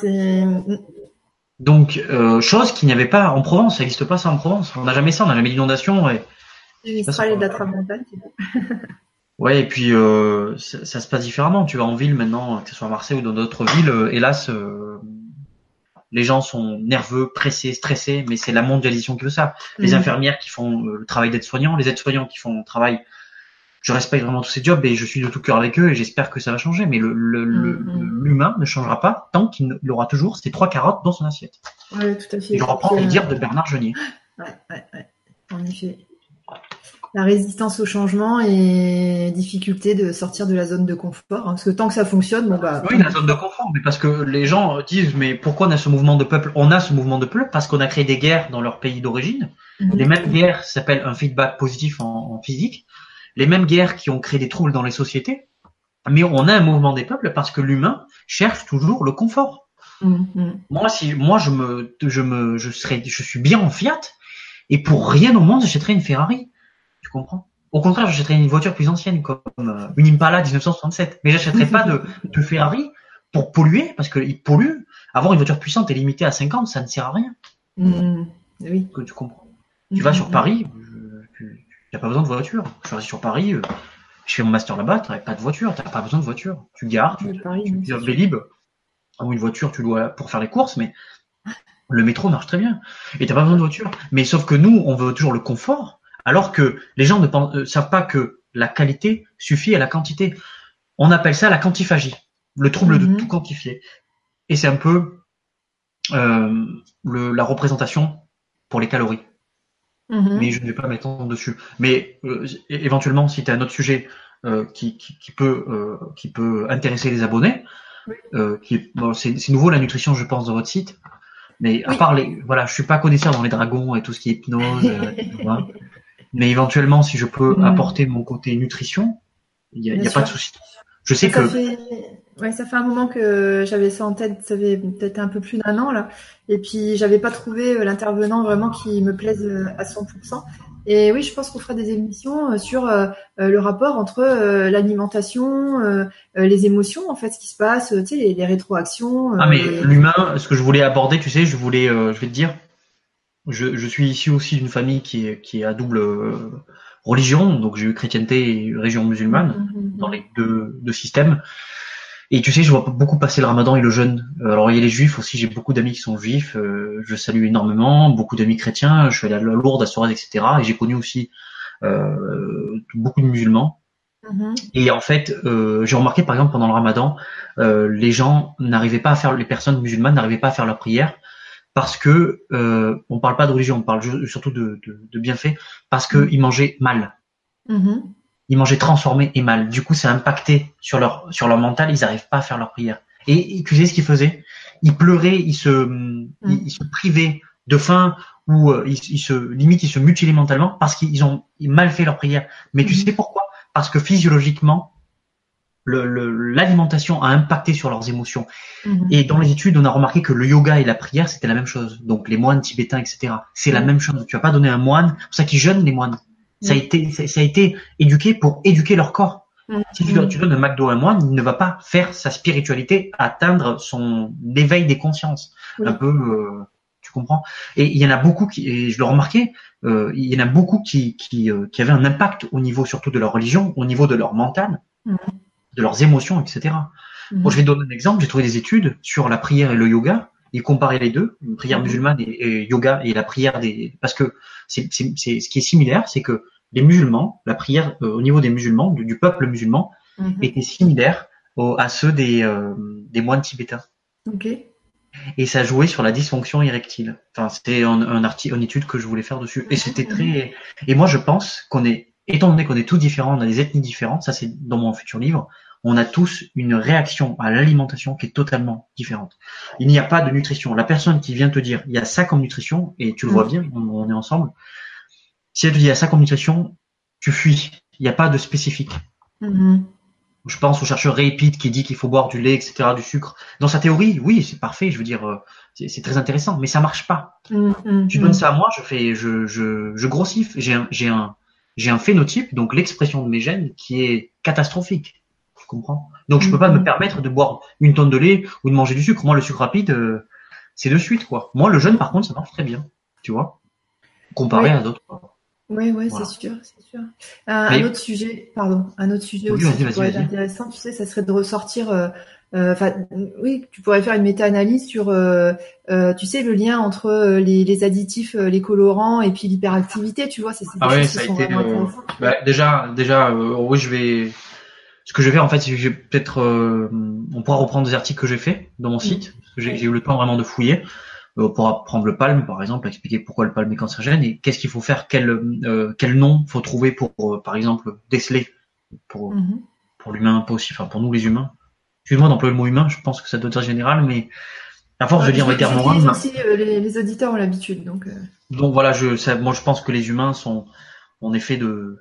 Donc, chose qu'il n'y avait pas en Provence, ça n'existe pas ça en Provence. On n'a jamais ça, on n'a jamais d'inondation. Du Mistral et de la tramontane, c'est bon. Ouais, et puis ça se passe différemment. Tu vas en ville maintenant, que ce soit à Marseille ou dans d'autres villes, hélas, les gens sont nerveux, pressés, stressés, mais c'est la mondialisation qui veut ça. Les infirmières qui font le travail d'aide-soignant, les aides-soignants qui font le travail. Je respecte vraiment tous ces jobs et je suis de tout cœur avec eux et j'espère que ça va changer. Mais l'humain ne changera pas tant qu'il aura toujours ces 3 carottes dans son assiette. Ouais, tout à fait. Et je reprends les dires de Bernard Genier. Ouais. En effet. La résistance au changement et difficulté de sortir de la zone de confort. Parce que tant que ça fonctionne, bon bah. Oui, la zone de confort, mais parce que les gens disent, mais pourquoi on a ce mouvement de peuple? On a ce mouvement de peuple parce qu'on a créé des guerres dans leur pays d'origine. Les mêmes guerres s'appellent un feedback positif en physique. Les mêmes guerres qui ont créé des troubles dans les sociétés. Mais on a un mouvement des peuples parce que l'humain cherche toujours le confort. Moi, je suis bien en Fiat et pour rien au monde, j'achèterais une Ferrari. Tu comprends? Au contraire, j'achèterais une voiture plus ancienne comme une Impala 1967. Mais j'achèterais pas de Ferrari pour polluer parce qu'il pollue. Avoir une voiture puissante et limitée à 50, ça ne sert à rien. Oui. Que tu comprends. Tu vas sur Paris, t'as pas besoin de voiture. Je suis sur Paris, je fais mon master là-bas, t'as pas de voiture, t'as pas besoin de voiture. Tu gares, tu viens Vélib, ou une voiture, tu dois pour faire les courses, mais le métro marche très bien. Et t'as pas besoin de voiture. Mais sauf que nous, on veut toujours le confort, alors que les gens ne savent pas que la qualité suffit à la quantité. On appelle ça la quantiphagie, le trouble de tout quantifier. Et c'est un peu la représentation pour les calories. Mais je ne vais pas m'étendre dessus. Mais éventuellement, si tu as un autre sujet qui peut intéresser les abonnés, c'est nouveau la nutrition, je pense, dans votre site. Mais à part je suis pas connaisseur dans les dragons et tout ce qui est hypnose, mais éventuellement, si je peux apporter mon côté nutrition, il y a pas de souci. Je sais ça fait un moment que j'avais ça en tête, ça fait peut-être un peu plus d'1 an là, et puis j'avais pas trouvé l'intervenant vraiment qui me plaise à 100%. Et oui, je pense qu'on fera des émissions sur le rapport entre l'alimentation, les émotions, en fait, ce qui se passe, tu sais, les rétroactions. Mais l'humain, ce que je voulais aborder, tu sais, je vais te dire, je suis issu aussi d'une famille qui est à double religion, donc j'ai eu chrétienté et religion musulmane dans les deux systèmes. Et tu sais, je vois beaucoup passer le ramadan et le jeûne. Alors il y a les juifs aussi, j'ai beaucoup d'amis qui sont juifs, je salue énormément, beaucoup d'amis chrétiens, je suis allé à Lourdes, à Sorèze, etc. Et j'ai connu aussi beaucoup de musulmans. Et en fait, j'ai remarqué par exemple pendant le ramadan, les personnes musulmanes n'arrivaient pas à faire leur prière parce que on parle pas de religion, on parle surtout de bienfaits, parce qu'ils mangeaient mal. Ils mangeaient transformé et mal. Du coup, ça a impacté sur leur mental. Ils n'arrivent pas à faire leur prière. Et tu sais ce qu'ils faisaient? Ils pleuraient, ils se privaient de faim ou ils se mutilaient mentalement parce qu'ils ont mal fait leur prière. Mais tu sais pourquoi? Parce que physiologiquement, l'alimentation a impacté sur leurs émotions. Et dans les études, on a remarqué que le yoga et la prière, c'était la même chose. Donc les moines tibétains, etc. C'est la même chose. Tu vas pas donner un moine. C'est pour ça qu'ils jeûnent, les moines. Ça a été éduqué pour éduquer leur corps. Si tu donnes un McDo à un moine, il ne va pas faire sa spiritualité atteindre son éveil des consciences. Un peu, tu comprends? Et il y en a beaucoup et je le remarquais, il y en a beaucoup qui avaient un impact au niveau surtout de leur religion, au niveau de leur mental, de leurs émotions, etc. Bon, je vais te donner un exemple. J'ai trouvé des études sur la prière et le yoga. Et comparer les deux, une prière musulmane et yoga et la prière parce que c'est ce qui est similaire, c'est que les musulmans, la prière au niveau des musulmans, du peuple musulman, était similaire à ceux des moines tibétains. Ok. Et ça jouait sur la dysfonction érectile. Enfin, c'était une étude que je voulais faire dessus. Et c'était très. Et moi, je pense étant donné qu'on est tous différents, on a des ethnies différentes. Ça, c'est dans mon futur livre. On a tous une réaction à l'alimentation qui est totalement différente. Il n'y a pas de nutrition. La personne qui vient te dire, il y a ça comme nutrition, et tu le vois bien, on est ensemble. Si elle te dit, il y a ça comme nutrition, tu fuis. Il n'y a pas de spécifique. Je pense au chercheur Ray Pitt qui dit qu'il faut boire du lait, etc., du sucre. Dans sa théorie, oui, c'est parfait. Je veux dire, c'est très intéressant, mais ça marche pas. Tu donnes ça à moi, je grossis. J'ai un phénotype, donc l'expression de mes gènes, qui est catastrophique. Tu comprends? Donc je peux pas me permettre de boire une tonne de lait ou de manger du sucre. Moi, le sucre rapide, c'est de suite, quoi. Moi, le jeûne, par contre, ça marche très bien. Tu vois? Comparé à d'autres. Oui, voilà. C'est sûr, c'est sûr. Un autre sujet oui, aussi qui pourrait être intéressant, tu sais, ça serait de ressortir. Oui, tu pourrais faire une méta-analyse sur, tu sais, le lien entre les additifs, les colorants et puis l'hyperactivité, tu vois, c'est des choses qui sont vraiment intéressantes. Déjà, oui, ce que je vais faire, en fait, c'est que on pourra reprendre des articles que j'ai fait dans mon site, parce que j'ai eu le temps vraiment de fouiller. On pourra prendre le palme, par exemple, expliquer pourquoi le palme est cancérigène et qu'est-ce qu'il faut faire, quel nom faut trouver pour, par exemple, déceler pour l'humain, pas aussi, enfin pour nous les humains. Excuse-moi d'employer le mot humain, je pense que ça doit être général, mais à force de dire j'utilise aussi, les auditeurs ont l'habitude, donc. Donc voilà, moi je pense que les humains sont en effet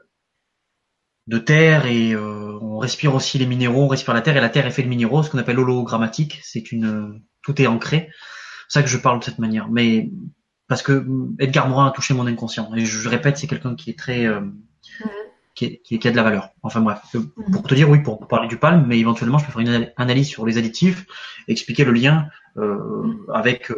de terre et on respire aussi les minéraux, on respire la terre et la terre est faite de minéraux, ce qu'on appelle hologrammatique. Tout est ancré. C'est ça que je parle de cette manière. Mais parce que Edgar Morin a touché mon inconscient et je répète, c'est quelqu'un qui est très qui a de la valeur. Enfin bref, pour te dire oui, pour parler du palme, mais éventuellement je peux faire une analyse sur les additifs, expliquer le lien avec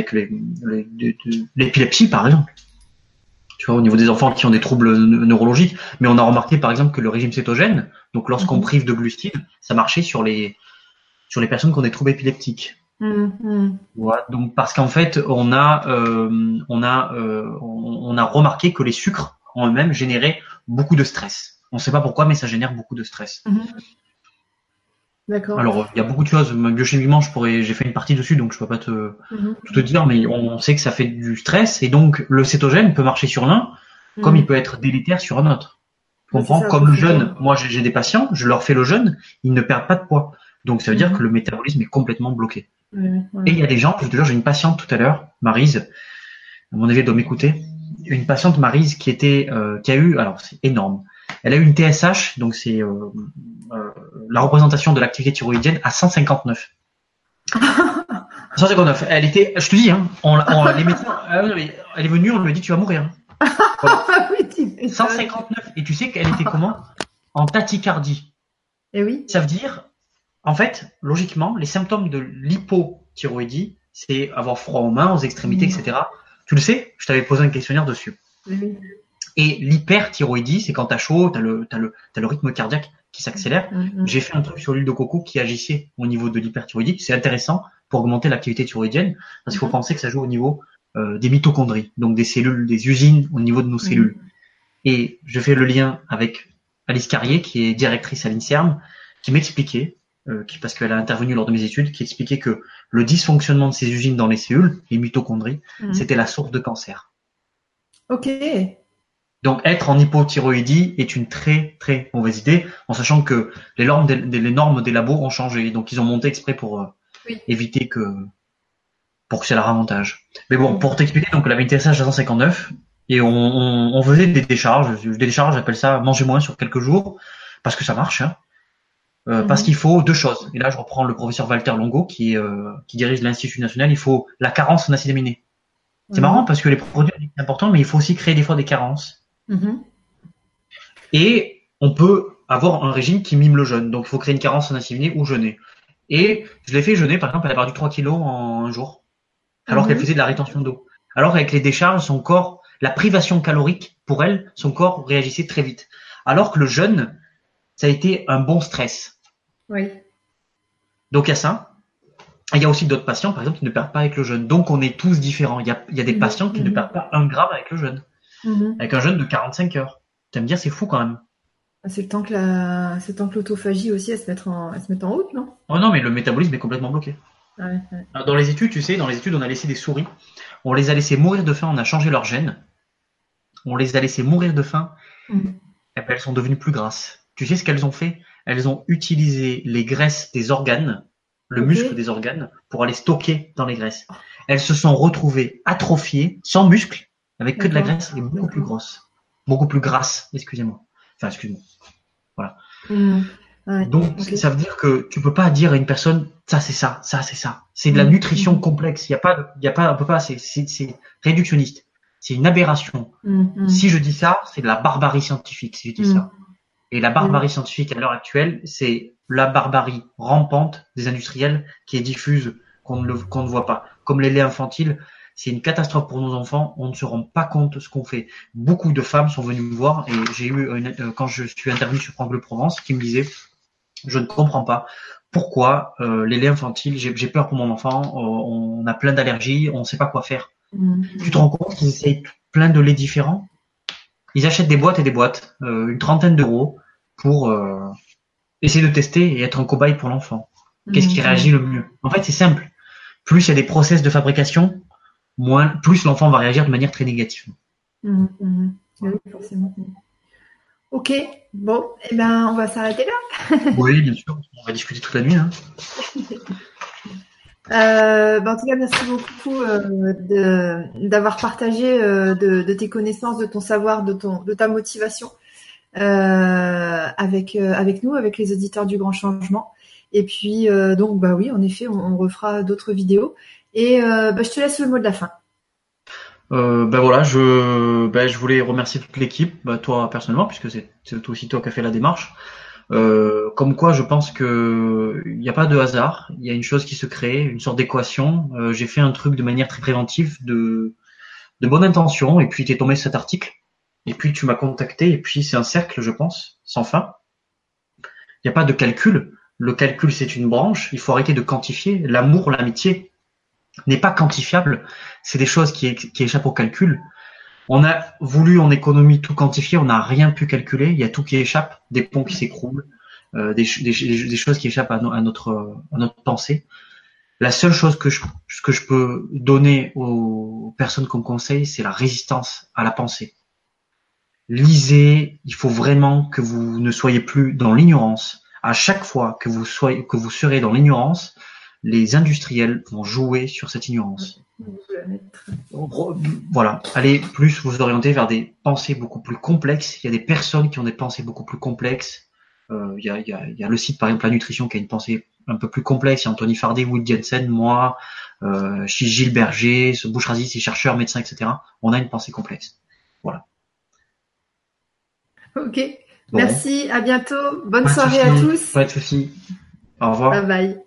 l'épilepsie par exemple. Tu vois, au niveau des enfants qui ont des troubles neurologiques, mais on a remarqué par exemple que le régime cétogène, donc lorsqu'on prive de glucides, ça marchait sur les personnes qui ont des troubles épileptiques. Voilà, donc parce qu'en fait on a remarqué que les sucres en eux-mêmes généraient beaucoup de stress. On ne sait pas pourquoi, mais ça génère beaucoup de stress. D'accord. Alors il y a beaucoup de choses. Biochimiquement, j'ai fait une partie dessus, donc je peux pas tout te dire, mais on sait que ça fait du stress et donc le cétogène peut marcher sur l'un, comme il peut être délétère sur un autre. Tu comprends? Comme le jeûne. Moi, j'ai des patients, je leur fais le jeûne, ils ne perdent pas de poids. Donc ça veut dire que le métabolisme est complètement bloqué. Et il y a des gens, je te jure, j'ai une patiente tout à l'heure, Maryse, à mon avis, elle doit m'écouter. Une patiente, Maryse, qui a eu, alors c'est énorme, elle a eu une TSH, donc c'est la représentation de l'activité thyroïdienne à 159. 159. Elle était, je te dis, hein, les médecins, elle est venue, on lui a dit tu vas mourir. Voilà. 159. Et tu sais qu'elle était comment? En tachycardie. Et oui. Ça veut dire, en fait, logiquement, les symptômes de l'hypothyroïdie, c'est avoir froid aux mains, aux extrémités, etc. Tu le sais, je t'avais posé un questionnaire dessus. Oui. Et l'hyperthyroïdie, c'est quand t'as chaud, t'as le rythme cardiaque qui s'accélère. J'ai fait un truc sur l'huile de coco qui agissait au niveau de l'hyperthyroïdie. C'est intéressant pour augmenter l'activité thyroïdienne parce qu'il faut penser que ça joue au niveau des mitochondries, donc des cellules, des usines au niveau de nos cellules. Et je fais le lien avec Alice Carrier, qui est directrice à l'INSERM, qui m'expliquait, parce qu'elle a intervenu lors de mes études, qui expliquait que le dysfonctionnement de ces usines dans les cellules, les mitochondries, c'était la source de cancer. Ok. Donc être en hypothyroïdie est une très très mauvaise idée, en sachant que les normes des labos ont changé, donc ils ont monté exprès pour éviter pour que c'est leur avantage. Mais bon, pour t'expliquer, donc elle avait une TSH à 159 et on faisait des décharges. Des décharges, j'appelle ça manger moins sur quelques jours, parce que ça marche. Hein. Parce qu'il faut deux choses. Et là, je reprends le professeur Walter Longo qui dirige l'Institut national. Il faut la carence en acides aminés. C'est marrant parce que les produits c'est important, mais il faut aussi créer des fois des carences. Et on peut avoir un régime qui mime le jeûne. Donc, il faut créer une carence en acides aminés ou jeûner. Et je l'ai fait jeûner, par exemple, elle a perdu 3 kilos en un jour, alors qu'elle faisait de la rétention d'eau. Alors avec les décharges, son corps, la privation calorique, pour elle, son corps réagissait très vite. Alors que le jeûne, ça a été un bon stress. Oui. Donc il y a ça. Et il y a aussi d'autres patients, par exemple, qui ne perdent pas avec le jeûne. Donc on est tous différents. Il y a des patients qui ne perdent pas 1 gramme avec le jeûne. Avec un jeûne de 45 heures. Tu vas me dire, c'est fou quand même. C'est le temps que l'autophagie aussi elle se mette en route, non? Oh non, mais le métabolisme est complètement bloqué. Ouais. Alors, dans les études, tu sais, on a laissé des souris. On les a laissés mourir de faim, on a changé leur gène. On les a laissés mourir de faim. Et ben, elles sont devenues plus grasses. Tu sais ce qu'elles ont fait? Elles ont utilisé les graisses des organes, le muscle des organes, pour aller stocker dans les graisses. Elles se sont retrouvées atrophiées, sans muscle, avec que de la graisse et beaucoup plus grosses. Beaucoup plus grasses, excusez-moi. Enfin, excuse-moi. Voilà. Ouais. Donc, ça veut dire que tu peux pas dire à une personne, ça c'est ça, ça c'est ça. C'est de la nutrition complexe. Il y a pas, on peut pas, c'est réductionniste. C'est une aberration. Si je dis ça, c'est de la barbarie scientifique, si je dis ça. Et la barbarie scientifique à l'heure actuelle, c'est la barbarie rampante des industriels qui est diffuse, qu'on ne voit pas. Comme les laits infantiles, c'est une catastrophe pour nos enfants. On ne se rend pas compte de ce qu'on fait. Beaucoup de femmes sont venues me voir et j'ai eu, quand je suis intervenu sur France Bleu Provence, qui me disaient, je ne comprends pas pourquoi les laits infantiles, j'ai peur pour mon enfant, on a plein d'allergies, on ne sait pas quoi faire. Tu te rends compte qu'ils essayent plein de laits différents? Ils achètent des boîtes et des boîtes, une trentaine d'euros pour essayer de tester et être un cobaye pour l'enfant. Qu'est-ce qui réagit le mieux? En fait, c'est simple. Plus il y a des process de fabrication, plus l'enfant va réagir de manière très négative. Oui, forcément. Ok, bon, eh ben, on va s'arrêter là. Oui, bien sûr, on va discuter toute la nuit. Hein. En tout cas, merci beaucoup d'avoir partagé de tes connaissances, de ton savoir, de ta motivation avec nous, avec les auditeurs du Grand Changement. Et puis, donc, bah oui, en effet, on refera d'autres vidéos. Et je te laisse le mot de la fin. Voilà, je voulais remercier toute l'équipe, toi personnellement, puisque c'est aussi toi qui as fait la démarche. Comme quoi, je pense que il n'y a pas de hasard. Il y a une chose qui se crée, une sorte d'équation. J'ai fait un truc de manière très préventive, de bonne intention, et puis t'es tombé sur cet article, et puis tu m'as contacté, et puis c'est un cercle, je pense, sans fin. Il n'y a pas de calcul. Le calcul, c'est une branche. Il faut arrêter de quantifier. L'amour, l'amitié n'est pas quantifiable. C'est des choses qui échappent au calcul. On a voulu en économie tout quantifier, on n'a rien pu calculer. Il y a tout qui échappe, des ponts qui s'écroulent, des choses qui échappent à notre pensée. La seule chose que je peux donner aux personnes comme conseil, c'est la résistance à la pensée. Lisez, il faut vraiment que vous ne soyez plus dans l'ignorance. À chaque fois que vous serez dans l'ignorance, les industriels vont jouer sur cette ignorance. Voilà, allez plus vous orienter vers des pensées beaucoup plus complexes. Il y a des personnes qui ont des pensées beaucoup plus complexes. Il y a le site par exemple La Nutrition qui a une pensée un peu plus complexe. Il y a Anthony Fardet, Will Jensen, moi, Gilles Berger, Bouchrazi, ses chercheurs, médecins, etc. On a une pensée complexe. Voilà. Ok, bon. Merci, à bientôt. Bonne soirée à tous. Pas de soucis. Au revoir. Bye bye.